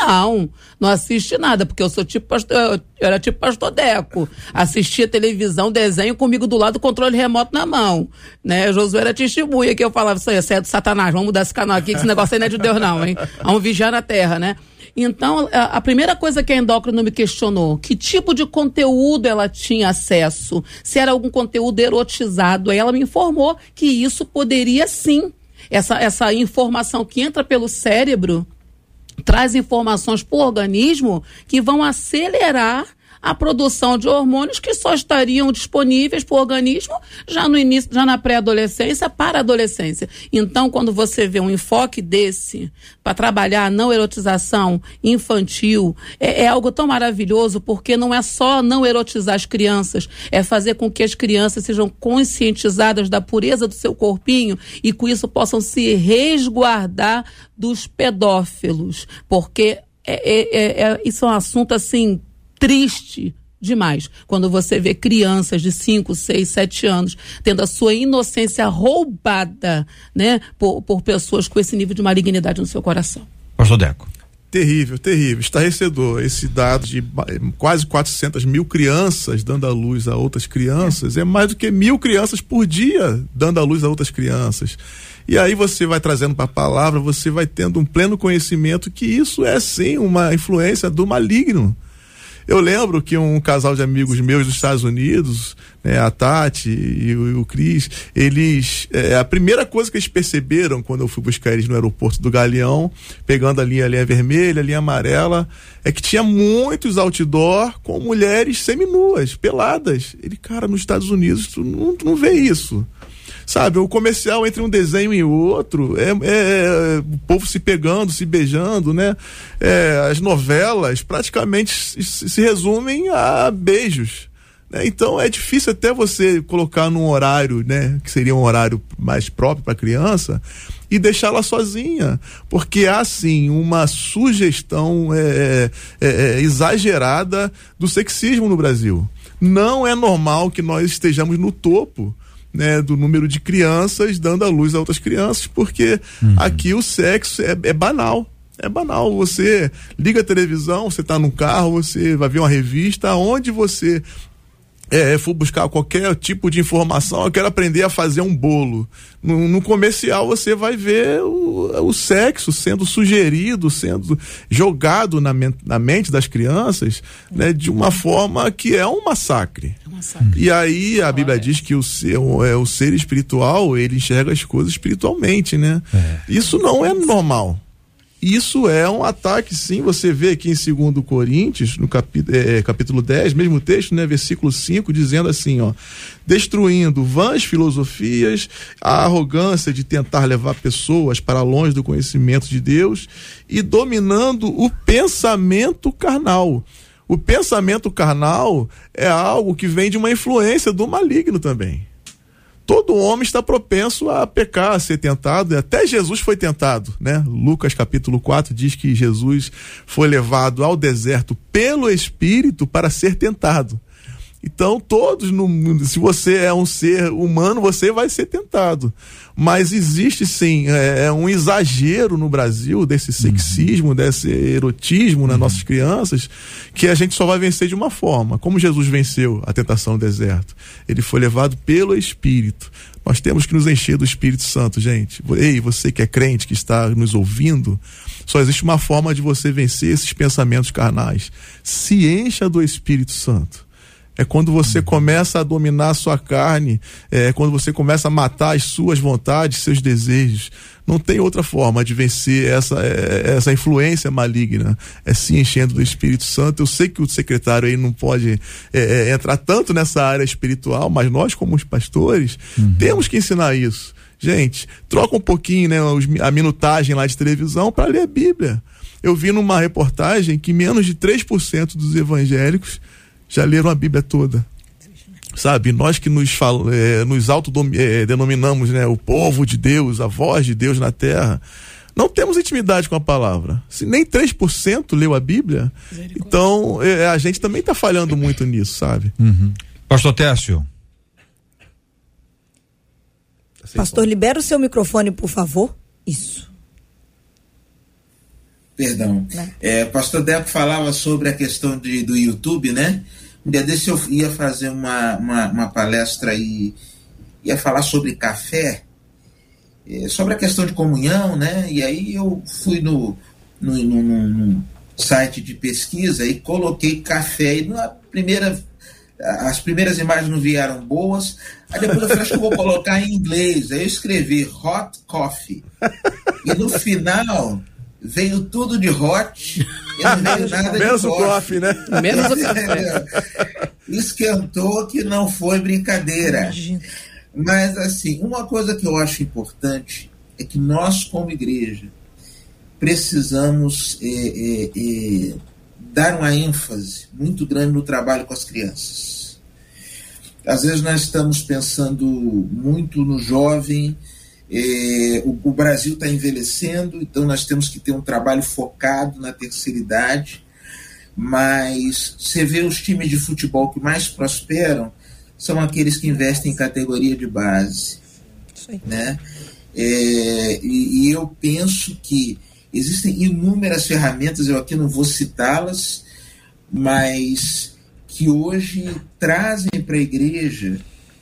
não assiste nada, porque eu sou eu era tipo Pastor Deco. Assistia televisão, desenho, comigo do lado, controle remoto na mão, né? Josué era testemunha, que eu falava: isso aí é do Satanás, vamos mudar esse canal aqui, que esse negócio aí não é de Deus não, hein? Vamos vigiar na terra, né? Então, a primeira coisa que a endócrina me questionou, que tipo de conteúdo ela tinha acesso, se era algum conteúdo erotizado. Aí ela me informou que isso poderia sim, essa informação que entra pelo cérebro, traz informações para o organismo que vão acelerar a produção de hormônios que só estariam disponíveis para o organismo já no início, já na pré-adolescência para a adolescência. Então, quando você vê um enfoque desse para trabalhar a não erotização infantil, é algo tão maravilhoso, porque não é só não erotizar as crianças, é fazer com que as crianças sejam conscientizadas da pureza do seu corpinho e com isso possam se resguardar dos pedófilos, porque isso é um assunto assim triste demais, quando você vê crianças de 5, 6, 7 anos tendo a sua inocência roubada, né, por pessoas com esse nível de malignidade no seu coração. Pastor Deco. Terrível, estarrecedor. Esse dado de quase 400 mil crianças dando à luz a outras crianças, é mais do que 1.000 crianças por dia dando à luz a outras crianças. E aí você vai trazendo para a palavra, você vai tendo um pleno conhecimento que isso é sim uma influência do maligno. Eu lembro que um casal de amigos meus dos Estados Unidos, né, a Tati e o Cris, eles, a primeira coisa que eles perceberam quando eu fui buscar eles no aeroporto do Galeão, pegando a linha vermelha, a linha amarela, é que tinha muitos outdoor com mulheres seminuas, peladas. Ele, cara, nos Estados Unidos tu não vê isso. Sabe, o comercial entre um desenho e outro, o povo se pegando, se beijando, né? As novelas praticamente se resumem a beijos, né? Então é difícil até você colocar num horário, né? Que seria um horário mais próprio para criança e deixá-la sozinha, porque há sim uma sugestão exagerada do sexismo no Brasil. Não é normal que nós estejamos no topo, né, do número de crianças dando à luz a outras crianças, porque aqui o sexo é banal. É banal. Você liga a televisão, você está no carro, você vai ver uma revista, onde você for buscar qualquer tipo de informação, eu quero aprender a fazer um bolo. No comercial você vai ver o sexo sendo sugerido, sendo jogado na mente das crianças, né, de uma forma que é um massacre. E aí a Bíblia diz que o ser espiritual, ele enxerga as coisas espiritualmente, né? Isso não é normal. Isso é um ataque, sim. Você vê aqui em 2 Coríntios, no capítulo 10, mesmo texto, né, versículo 5, dizendo assim, ó: destruindo vãs filosofias, a arrogância de tentar levar pessoas para longe do conhecimento de Deus e dominando o pensamento carnal. O pensamento carnal é algo que vem de uma influência do maligno também. Todo homem está propenso a pecar, a ser tentado, e até Jesus foi tentado, né? Lucas capítulo 4 diz que Jesus foi levado ao deserto pelo Espírito para ser tentado. Então todos no mundo, se você é um ser humano, você vai ser tentado. Mas existe sim um exagero no Brasil desse sexismo, desse erotismo nas nossas crianças, que a gente só vai vencer de uma forma. Como Jesus venceu a tentação no deserto? Ele foi levado pelo Espírito. Nós temos que nos encher do Espírito Santo, gente. Ei, você que é crente, que está nos ouvindo, só existe uma forma de você vencer esses pensamentos carnais. Se encha do Espírito Santo. É quando você começa a dominar a sua carne, quando você começa a matar as suas vontades, seus desejos. Não tem outra forma de vencer essa influência maligna. É se enchendo do Espírito Santo. Eu sei que o secretário aí não pode entrar tanto nessa área espiritual, mas nós, como os pastores, temos que ensinar isso. Gente, troca um pouquinho, né, a minutagem lá de televisão para ler a Bíblia. Eu vi numa reportagem que menos de 3% dos evangélicos já leram a Bíblia toda. Sabe, nós que nos autodenominamos, né, o povo de Deus, a voz de Deus na terra, não temos intimidade com a palavra. Se nem 3% leu a Bíblia, então a gente também está falhando muito nisso, sabe? Pastor Técio. Pastor, libera o seu microfone, por favor. Isso. Perdão. Pastor Deco falava sobre a questão do YouTube, né? Um dia desse eu ia fazer uma palestra e ia falar sobre café, sobre a questão de comunhão, né? E aí eu fui site de pesquisa e coloquei café. E as primeiras imagens não vieram boas. Aí depois eu falei, acho que eu vou colocar em inglês. Aí eu escrevi hot coffee. E no final veio tudo de hot e não veio nada menos de o coffee, né? Menos o café. Esquentou que não foi brincadeira. Imagina. Mas, assim, uma coisa que eu acho importante é que nós, como igreja, precisamos dar uma ênfase muito grande no trabalho com as crianças. Às vezes nós estamos pensando muito no jovem, o Brasil está envelhecendo, então nós temos que ter um trabalho focado na terceira idade, mas você vê os times de futebol que mais prosperam são aqueles que investem em categoria de base. Né? E eu penso que existem inúmeras ferramentas, eu aqui não vou citá-las, mas que hoje trazem para a igreja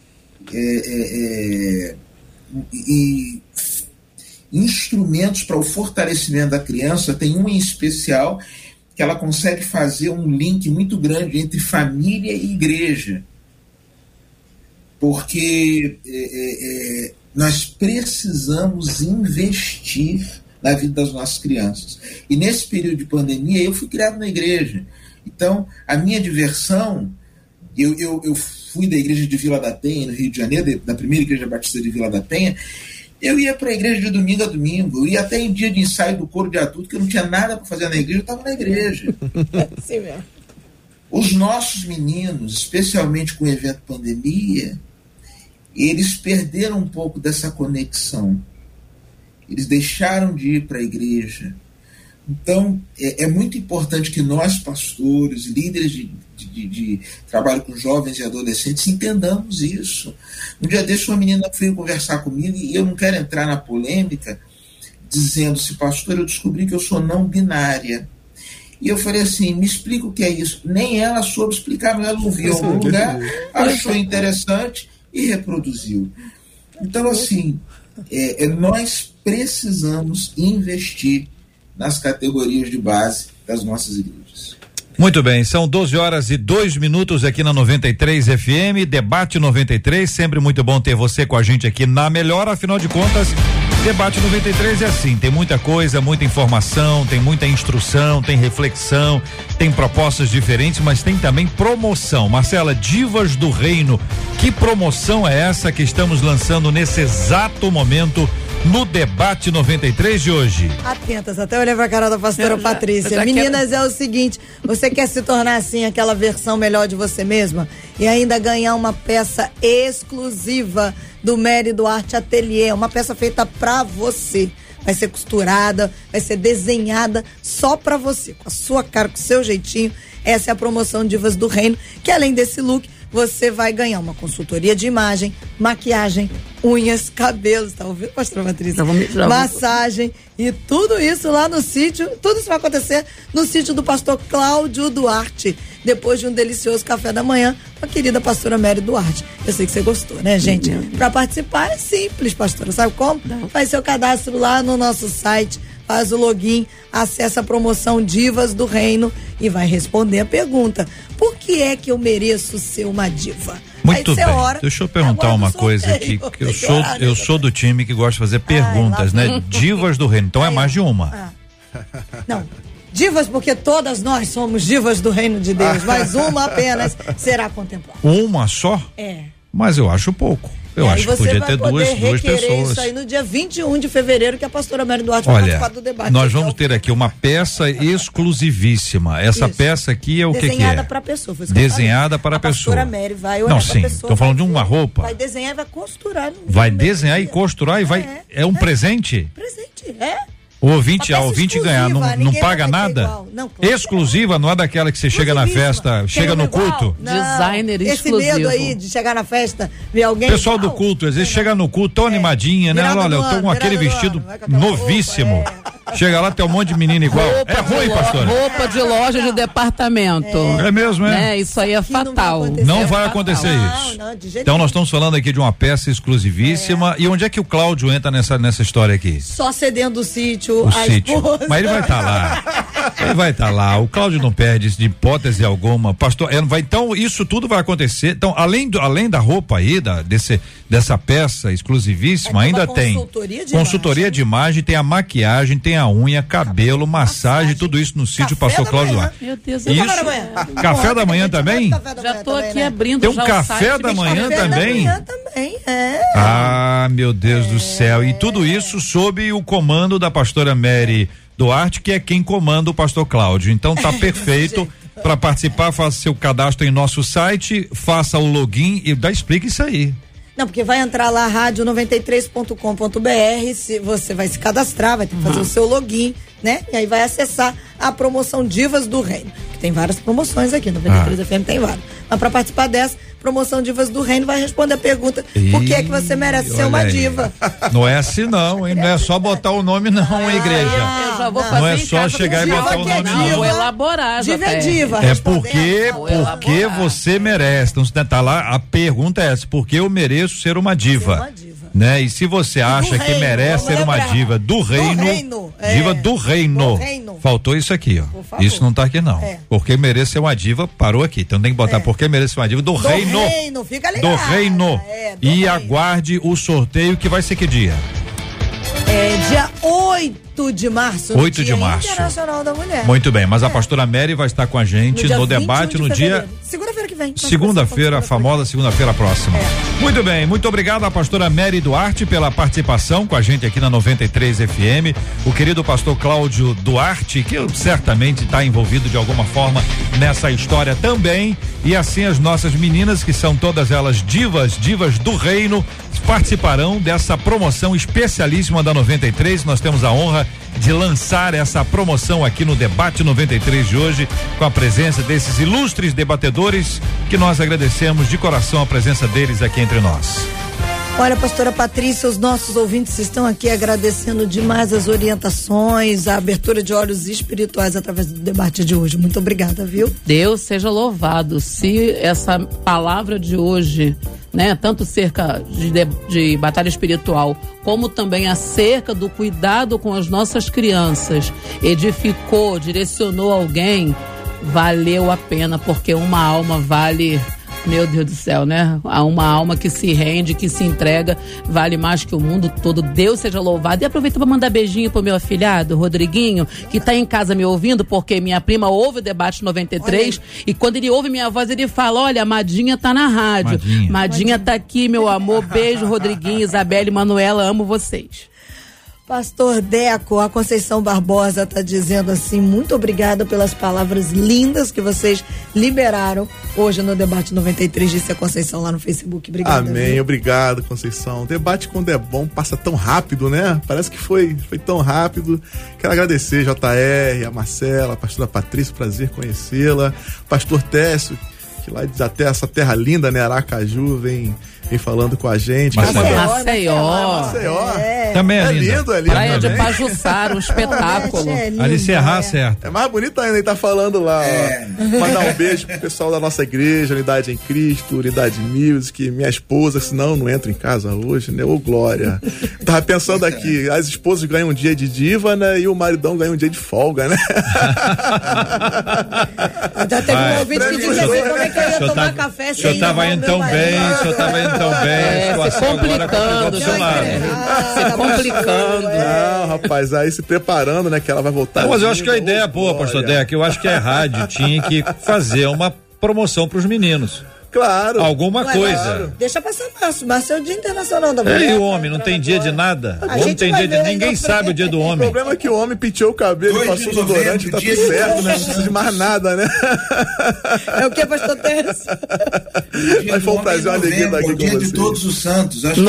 instrumentos para o fortalecimento da criança. Tem um em especial que ela consegue fazer um link muito grande entre família e igreja, porque nós precisamos investir na vida das nossas crianças. E nesse período de pandemia, eu fui criado na igreja. Então, a minha diversão, eu fui da igreja de Vila da Penha, no Rio de Janeiro, da primeira igreja batista de Vila da Penha. Eu ia para a igreja de domingo a domingo, eu ia até em dia de ensaio do coro de adulto, que eu não tinha nada para fazer na igreja, eu estava na igreja. Sim mesmo. Os nossos meninos, especialmente com o evento pandemia, eles perderam um pouco dessa conexão. Eles deixaram de ir para a igreja. Então, é muito importante que nós, pastores, líderes de trabalho com jovens e adolescentes, entendamos isso. Um dia desse, uma menina veio conversar comigo, e eu não quero entrar na polêmica, dizendo-se, pastor, eu descobri que eu sou não binária. E eu falei assim, me explica o que é isso. Nem ela soube explicar, mas ela ouviu em algum lugar, achou interessante e reproduziu. Então, assim, nós precisamos investir nas categorias de base das nossas igrejas. Muito bem, são 12h02 aqui na 93 FM, Debate 93, sempre muito bom ter você com a gente aqui na melhor, afinal de contas, Debate 93 é assim, tem muita coisa, muita informação, tem muita instrução, tem reflexão, tem propostas diferentes, mas tem também promoção. Marcela, Divas do Reino, que promoção é essa que estamos lançando nesse exato momento no Debate 93 de hoje? Atentas, até olhar pra cara da pastora Patrícia. Meninas, é o seguinte, você quer se tornar assim aquela versão melhor de você mesma e ainda ganhar uma peça exclusiva do Mary Duarte Atelier, uma peça feita pra você. Vai ser costurada, vai ser desenhada só pra você, com a sua cara, com o seu jeitinho. Essa é a promoção Divas do Reino, que além desse look, você vai ganhar uma consultoria de imagem, maquiagem, unhas, cabelos, tá ouvindo, pastora Patrícia? Massagem e tudo isso lá no sítio, tudo isso vai acontecer no sítio do pastor Cláudio Duarte, depois de um delicioso café da manhã com a querida pastora Mary Duarte. Eu sei que você gostou, né, gente? Para participar é simples, pastora, sabe como? Faz seu cadastro lá no nosso site, faz o login, acessa a promoção Divas do Reino e vai responder a pergunta: por que é que eu mereço ser uma diva? Muito bem, deixa eu perguntar uma coisa aqui, que eu sou do time que gosta de fazer perguntas, né? Divas do Reino, então é mais de uma. Não, divas porque todas nós somos divas do Reino de Deus, mas uma apenas será contemplada. Uma só? É. Mas eu acho pouco. Eu acho que podia ter duas pessoas. Isso aí no dia 21 de fevereiro, que a pastora Mary Duarte vai participar do debate. Nós vamos ter aqui uma peça exclusivíssima. Essa peça aqui é o que é? Desenhada para a pessoa. Desenhada para a pessoa. A pastora Mary vai olhar para a pessoa. Estou falando de uma roupa. Vai desenhar e vai costurar. Vai desenhar e costurar e vai. É um presente? Presente, O ouvinte ganhar, não paga nada? Não, claro. Exclusiva, não é daquela que você chega na festa, chega no culto? Não, designer exclusivo. Esse medo aí de chegar na festa, ver alguém. Pessoal do culto, às vezes chega no culto tão animadinha, né? Olha, eu tô com aquele vestido novíssimo. Chega lá, tem um monte de menina igual. É ruim, pastor. Roupa de loja de departamento. É mesmo, é? Isso aí é fatal. Não vai acontecer isso. Então nós estamos falando aqui de uma peça exclusivíssima. E onde é que o Cláudio entra nessa história aqui? Só cedendo o sítio, Mas ele vai estar lá. Ele vai estar lá, o Cláudio não perde de hipótese alguma, pastor, então isso tudo vai acontecer, então além da roupa aí, dessa peça exclusivíssima, ainda tem consultoria de imagem, tem a maquiagem, tem a unha, cabelo, massagem, tudo isso no sítio Pastor Cláudio Duarte. Meu Deus, isso, café da manhã também? Já tô aqui abrindo. Tem um café da manhã também? Ah, meu Deus do céu, e tudo isso sob o comando da pastora Mary Duarte, que é quem comanda o pastor Cláudio. Então tá perfeito. Para participar, faça seu cadastro em nosso site, faça o login e explica isso aí. Não, porque vai entrar lá radio93.com.br, se você vai se cadastrar, vai ter que fazer o seu login, né? E aí vai acessar a promoção Divas do Reino, que tem várias promoções aqui, 93 FM tem várias. Mas para participar dessa promoção Divas do Reino, vai responder a pergunta: por que é que você merece ser uma diva? Não é assim não, hein? Não é só botar o nome não, igreja. Eu já vou fazer não é só chegar e botar o nome não. Vou elaborar. Diva é diva. É porque você merece. Então tá lá, a pergunta é essa: por que eu mereço ser uma diva? Né? E se você acha que merece ser uma diva do reino, diva do reino, faltou isso aqui, ó. Isso não tá aqui não. Porque mereço ser uma diva, parou aqui. Então tem que botar porque mereço ser uma diva do reino. Fica ligado. Do reino. E aguarde o sorteio, que vai ser que dia? Dia 8 de março. 8 de março. Internacional da Mulher. Muito bem, mas a pastora Mary vai estar com a gente no debate no dia. Segunda-feira que vem. Segunda-feira, a famosa segunda-feira próxima. Muito bem, muito obrigado à pastora Mary Duarte pela participação com a gente aqui na 93 FM. O querido pastor Cláudio Duarte, que certamente está envolvido de alguma forma nessa história também. E assim as nossas meninas, que são todas elas divas do reino, participarão dessa promoção especialíssima da 93. Nós temos a honra de lançar essa promoção aqui no Debate 93 de hoje, com a presença desses ilustres debatedores, que nós agradecemos de coração a presença deles aqui entre nós. Olha, pastora Patrícia, os nossos ouvintes estão aqui agradecendo demais as orientações, a abertura de olhos espirituais através do debate de hoje. Muito obrigada, viu? Deus seja louvado. Se essa palavra de hoje, né, tanto cerca de batalha espiritual, como também acerca do cuidado com as nossas crianças, edificou, direcionou alguém, valeu a pena, porque uma alma vale... Meu Deus do céu, né? Uma alma que se rende, que se entrega, vale mais que o mundo todo. Deus seja louvado. E aproveito para mandar beijinho pro meu afilhado, Rodriguinho, que tá em casa me ouvindo, porque minha prima ouve o Debate 93, e quando ele ouve minha voz, ele fala: olha, a Madinha tá na rádio. Madinha tá aqui, meu amor. Beijo, Rodriguinho, Isabela e Manuela, amo vocês. Pastor Deco, a Conceição Barbosa está dizendo assim: muito obrigada pelas palavras lindas que vocês liberaram hoje no Debate 93, disse a Conceição lá no Facebook. Obrigada. Amém, viu? Obrigado, Conceição. O debate, quando é bom, passa tão rápido, né? Parece que foi tão rápido. Quero agradecer JR, a Marcela, a pastora Patrícia, prazer conhecê-la, pastor Técio, que lá até essa terra linda, né, Aracaju, vem falando com a gente. Maceió. Também é lindo. Praia de Pajuçara, um espetáculo. Ali Serra, certo. É mais bonito ainda, ele tá falando lá. Mandar um beijo pro pessoal da nossa igreja, Unidade em Cristo, Unidade Music, minha esposa, senão eu não entro em casa hoje, né? Ô glória. Tava pensando aqui, as esposas ganham um dia de diva, né? E o maridão ganha um dia de folga, né? Já teve um ouvinte que disse assim: como é que eu ia tomar café sem ir? O senhor tava indo tão bem, se complicando, se complicando. Não, rapaz, aí se preparando, né, que ela vai voltar. Não, mas eu acho que a ideia é boa, pastor Deco. Eu acho que a rádio tinha que fazer uma promoção pros meninos. Claro. Alguma coisa. Claro. Deixa passar março é o Dia Internacional da Mulher. E o homem não tem dia de nada. O homem tem dia de... Ninguém sabe o dia do homem. O problema é que o homem penteou o cabelo, passou o desodorante, tá tudo certo, né? Não precisa de mais nada, né? É o que, pastor Tércio? Mas foi um prazer, uma alegria estar aqui com você. Dia de Todos os Santos. Acho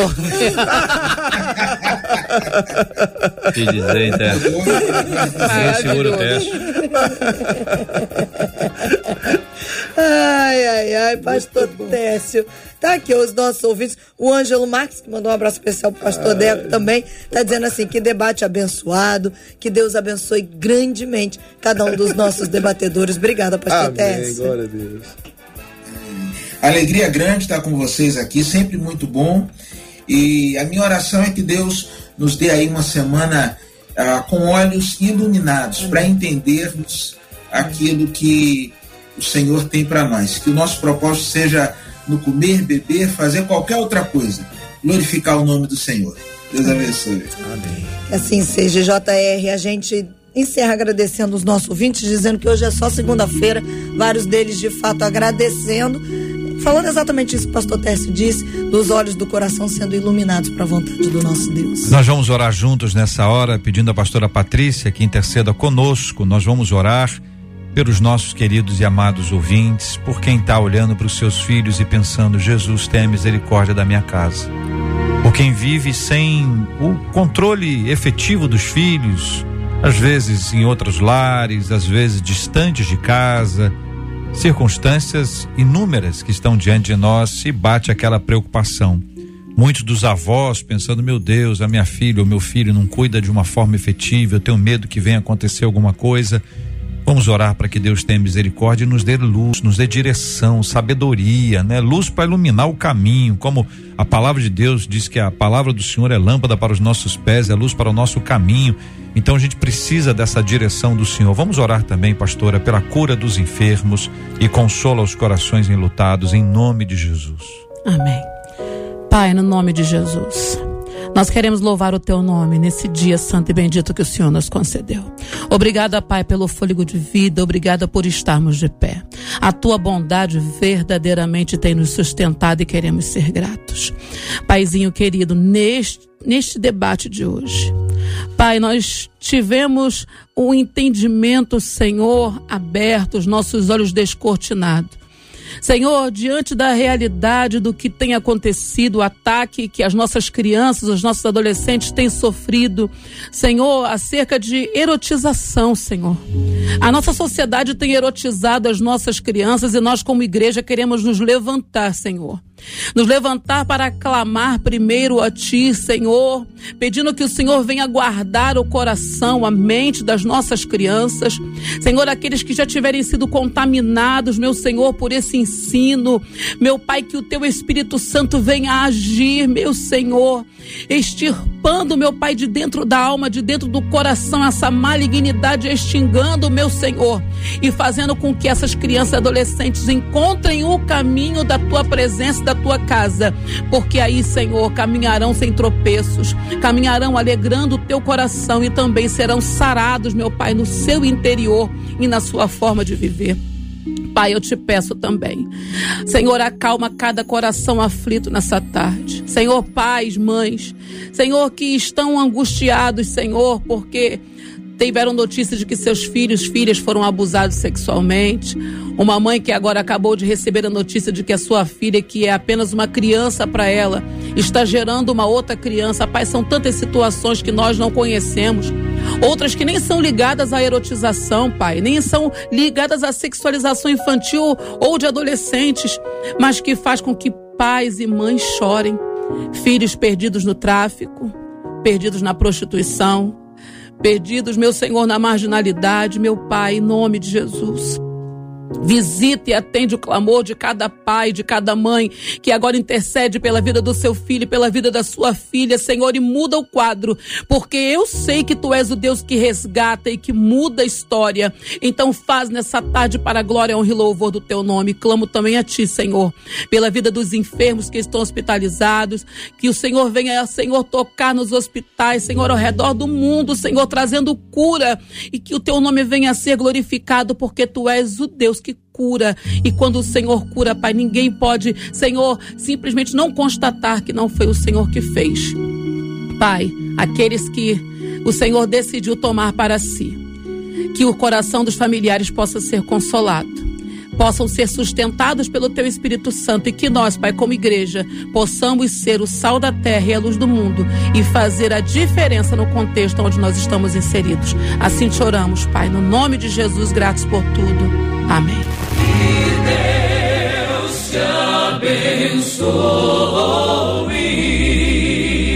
que dizer, Tércio. Eu seguro o Tércio. Ai, pastor Técio. Tá aqui os nossos ouvintes. O Ângelo Marques, que mandou um abraço especial pro pastor Deco também, tá dizendo assim: que debate abençoado, que Deus abençoe grandemente cada um dos nossos debatedores. Obrigada, pastor Técio. Glória a Deus. Alegria grande estar com vocês aqui, sempre muito bom. E a minha oração é que Deus nos dê aí uma semana com olhos iluminados para entendermos aquilo que o Senhor tem para nós. Que o nosso propósito seja no comer, beber, fazer qualquer outra coisa, glorificar o nome do Senhor. Deus abençoe. Amém. Assim seja, JR. A gente encerra agradecendo os nossos ouvintes, dizendo que hoje é só segunda-feira, vários deles de fato agradecendo, falando exatamente isso que o pastor Tércio disse, dos olhos do coração sendo iluminados para a vontade do nosso Deus. Nós vamos orar juntos nessa hora, pedindo à pastora Patrícia que interceda conosco. Nós vamos orar pelos nossos queridos e amados ouvintes, por quem está olhando para os seus filhos e pensando: Jesus, tenha misericórdia da minha casa. Por quem vive sem o controle efetivo dos filhos, às vezes em outros lares, às vezes distantes de casa, circunstâncias inúmeras que estão diante de nós, e bate aquela preocupação. Muitos dos avós pensando: meu Deus, a minha filha ou meu filho não cuida de uma forma efetiva, eu tenho medo que venha acontecer alguma coisa. Vamos orar para que Deus tenha misericórdia e nos dê luz, nos dê direção, sabedoria, né? Luz para iluminar o caminho, como a palavra de Deus diz que a palavra do Senhor é lâmpada para os nossos pés, é luz para o nosso caminho. Então a gente precisa dessa direção do Senhor. Vamos orar também, pastora, pela cura dos enfermos e consola os corações enlutados, em nome de Jesus. Amém. Pai, no nome de Jesus, nós queremos louvar o teu nome nesse dia santo e bendito que o Senhor nos concedeu. Obrigada, Pai, pelo fôlego de vida, obrigada por estarmos de pé. A tua bondade verdadeiramente tem nos sustentado e queremos ser gratos. Paizinho querido, neste debate de hoje, Pai, nós tivemos o entendimento, Senhor, aberto, os nossos olhos descortinados. Senhor, diante da realidade do que tem acontecido, o ataque que as nossas crianças, os nossos adolescentes têm sofrido, Senhor, acerca de erotização, Senhor. A nossa sociedade tem erotizado as nossas crianças e nós, como igreja, queremos nos levantar, Senhor. Nos levantar para clamar primeiro a Ti, Senhor, pedindo que o Senhor venha guardar o coração, a mente das nossas crianças. Senhor, aqueles que já tiverem sido contaminados, meu Senhor, por esse ensino, meu Pai, que o Teu Espírito Santo venha agir, meu Senhor, extirpando, meu Pai, de dentro da alma, de dentro do coração, essa malignidade, extingando, meu Senhor, e fazendo com que essas crianças e adolescentes encontrem o caminho da Tua presença, da Tua casa, porque aí, Senhor, caminharão sem tropeços, caminharão alegrando o Teu coração e também serão sarados, meu Pai, no seu interior e na sua forma de viver. Pai, eu te peço também, Senhor, acalma cada coração aflito nessa tarde. Senhor, pais, mães, Senhor, que estão angustiados, Senhor, porque tiveram notícia de que seus filhos, filhas foram abusados sexualmente. Uma mãe que agora acabou de receber a notícia de que a sua filha, que é apenas uma criança para ela, está gerando uma outra criança. Pai, são tantas situações que nós não conhecemos. Outras que nem são ligadas à erotização, Pai, nem são ligadas à sexualização infantil ou de adolescentes, mas que faz com que pais e mães chorem. Filhos perdidos no tráfico, perdidos na prostituição, perdidos, meu Senhor, na marginalidade. Meu Pai, em nome de Jesus, visita e atende o clamor de cada pai, de cada mãe, que agora intercede pela vida do seu filho, pela vida da sua filha, Senhor, e muda o quadro, porque eu sei que Tu és o Deus que resgata e que muda a história. Então faz nessa tarde para a glória, honra e louvor do Teu nome. Clamo também a Ti, Senhor, pela vida dos enfermos que estão hospitalizados, que o Senhor venha, Senhor, tocar nos hospitais, Senhor, ao redor do mundo, Senhor, trazendo cura, e que o Teu nome venha a ser glorificado, porque Tu és o Deus que cura, e quando o Senhor cura, Pai, ninguém pode, Senhor, simplesmente não constatar que não foi o Senhor que fez. Pai, aqueles que o Senhor decidiu tomar para si, que o coração dos familiares possa ser consolado, possam ser sustentados pelo Teu Espírito Santo, e que nós, Pai, como igreja, possamos ser o sal da terra e a luz do mundo e fazer a diferença no contexto onde nós estamos inseridos. Assim te oramos, Pai, no nome de Jesus, gratos por tudo. Amém. Que Deus te abençoe.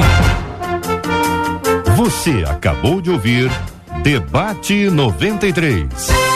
Você acabou de ouvir Debate 93.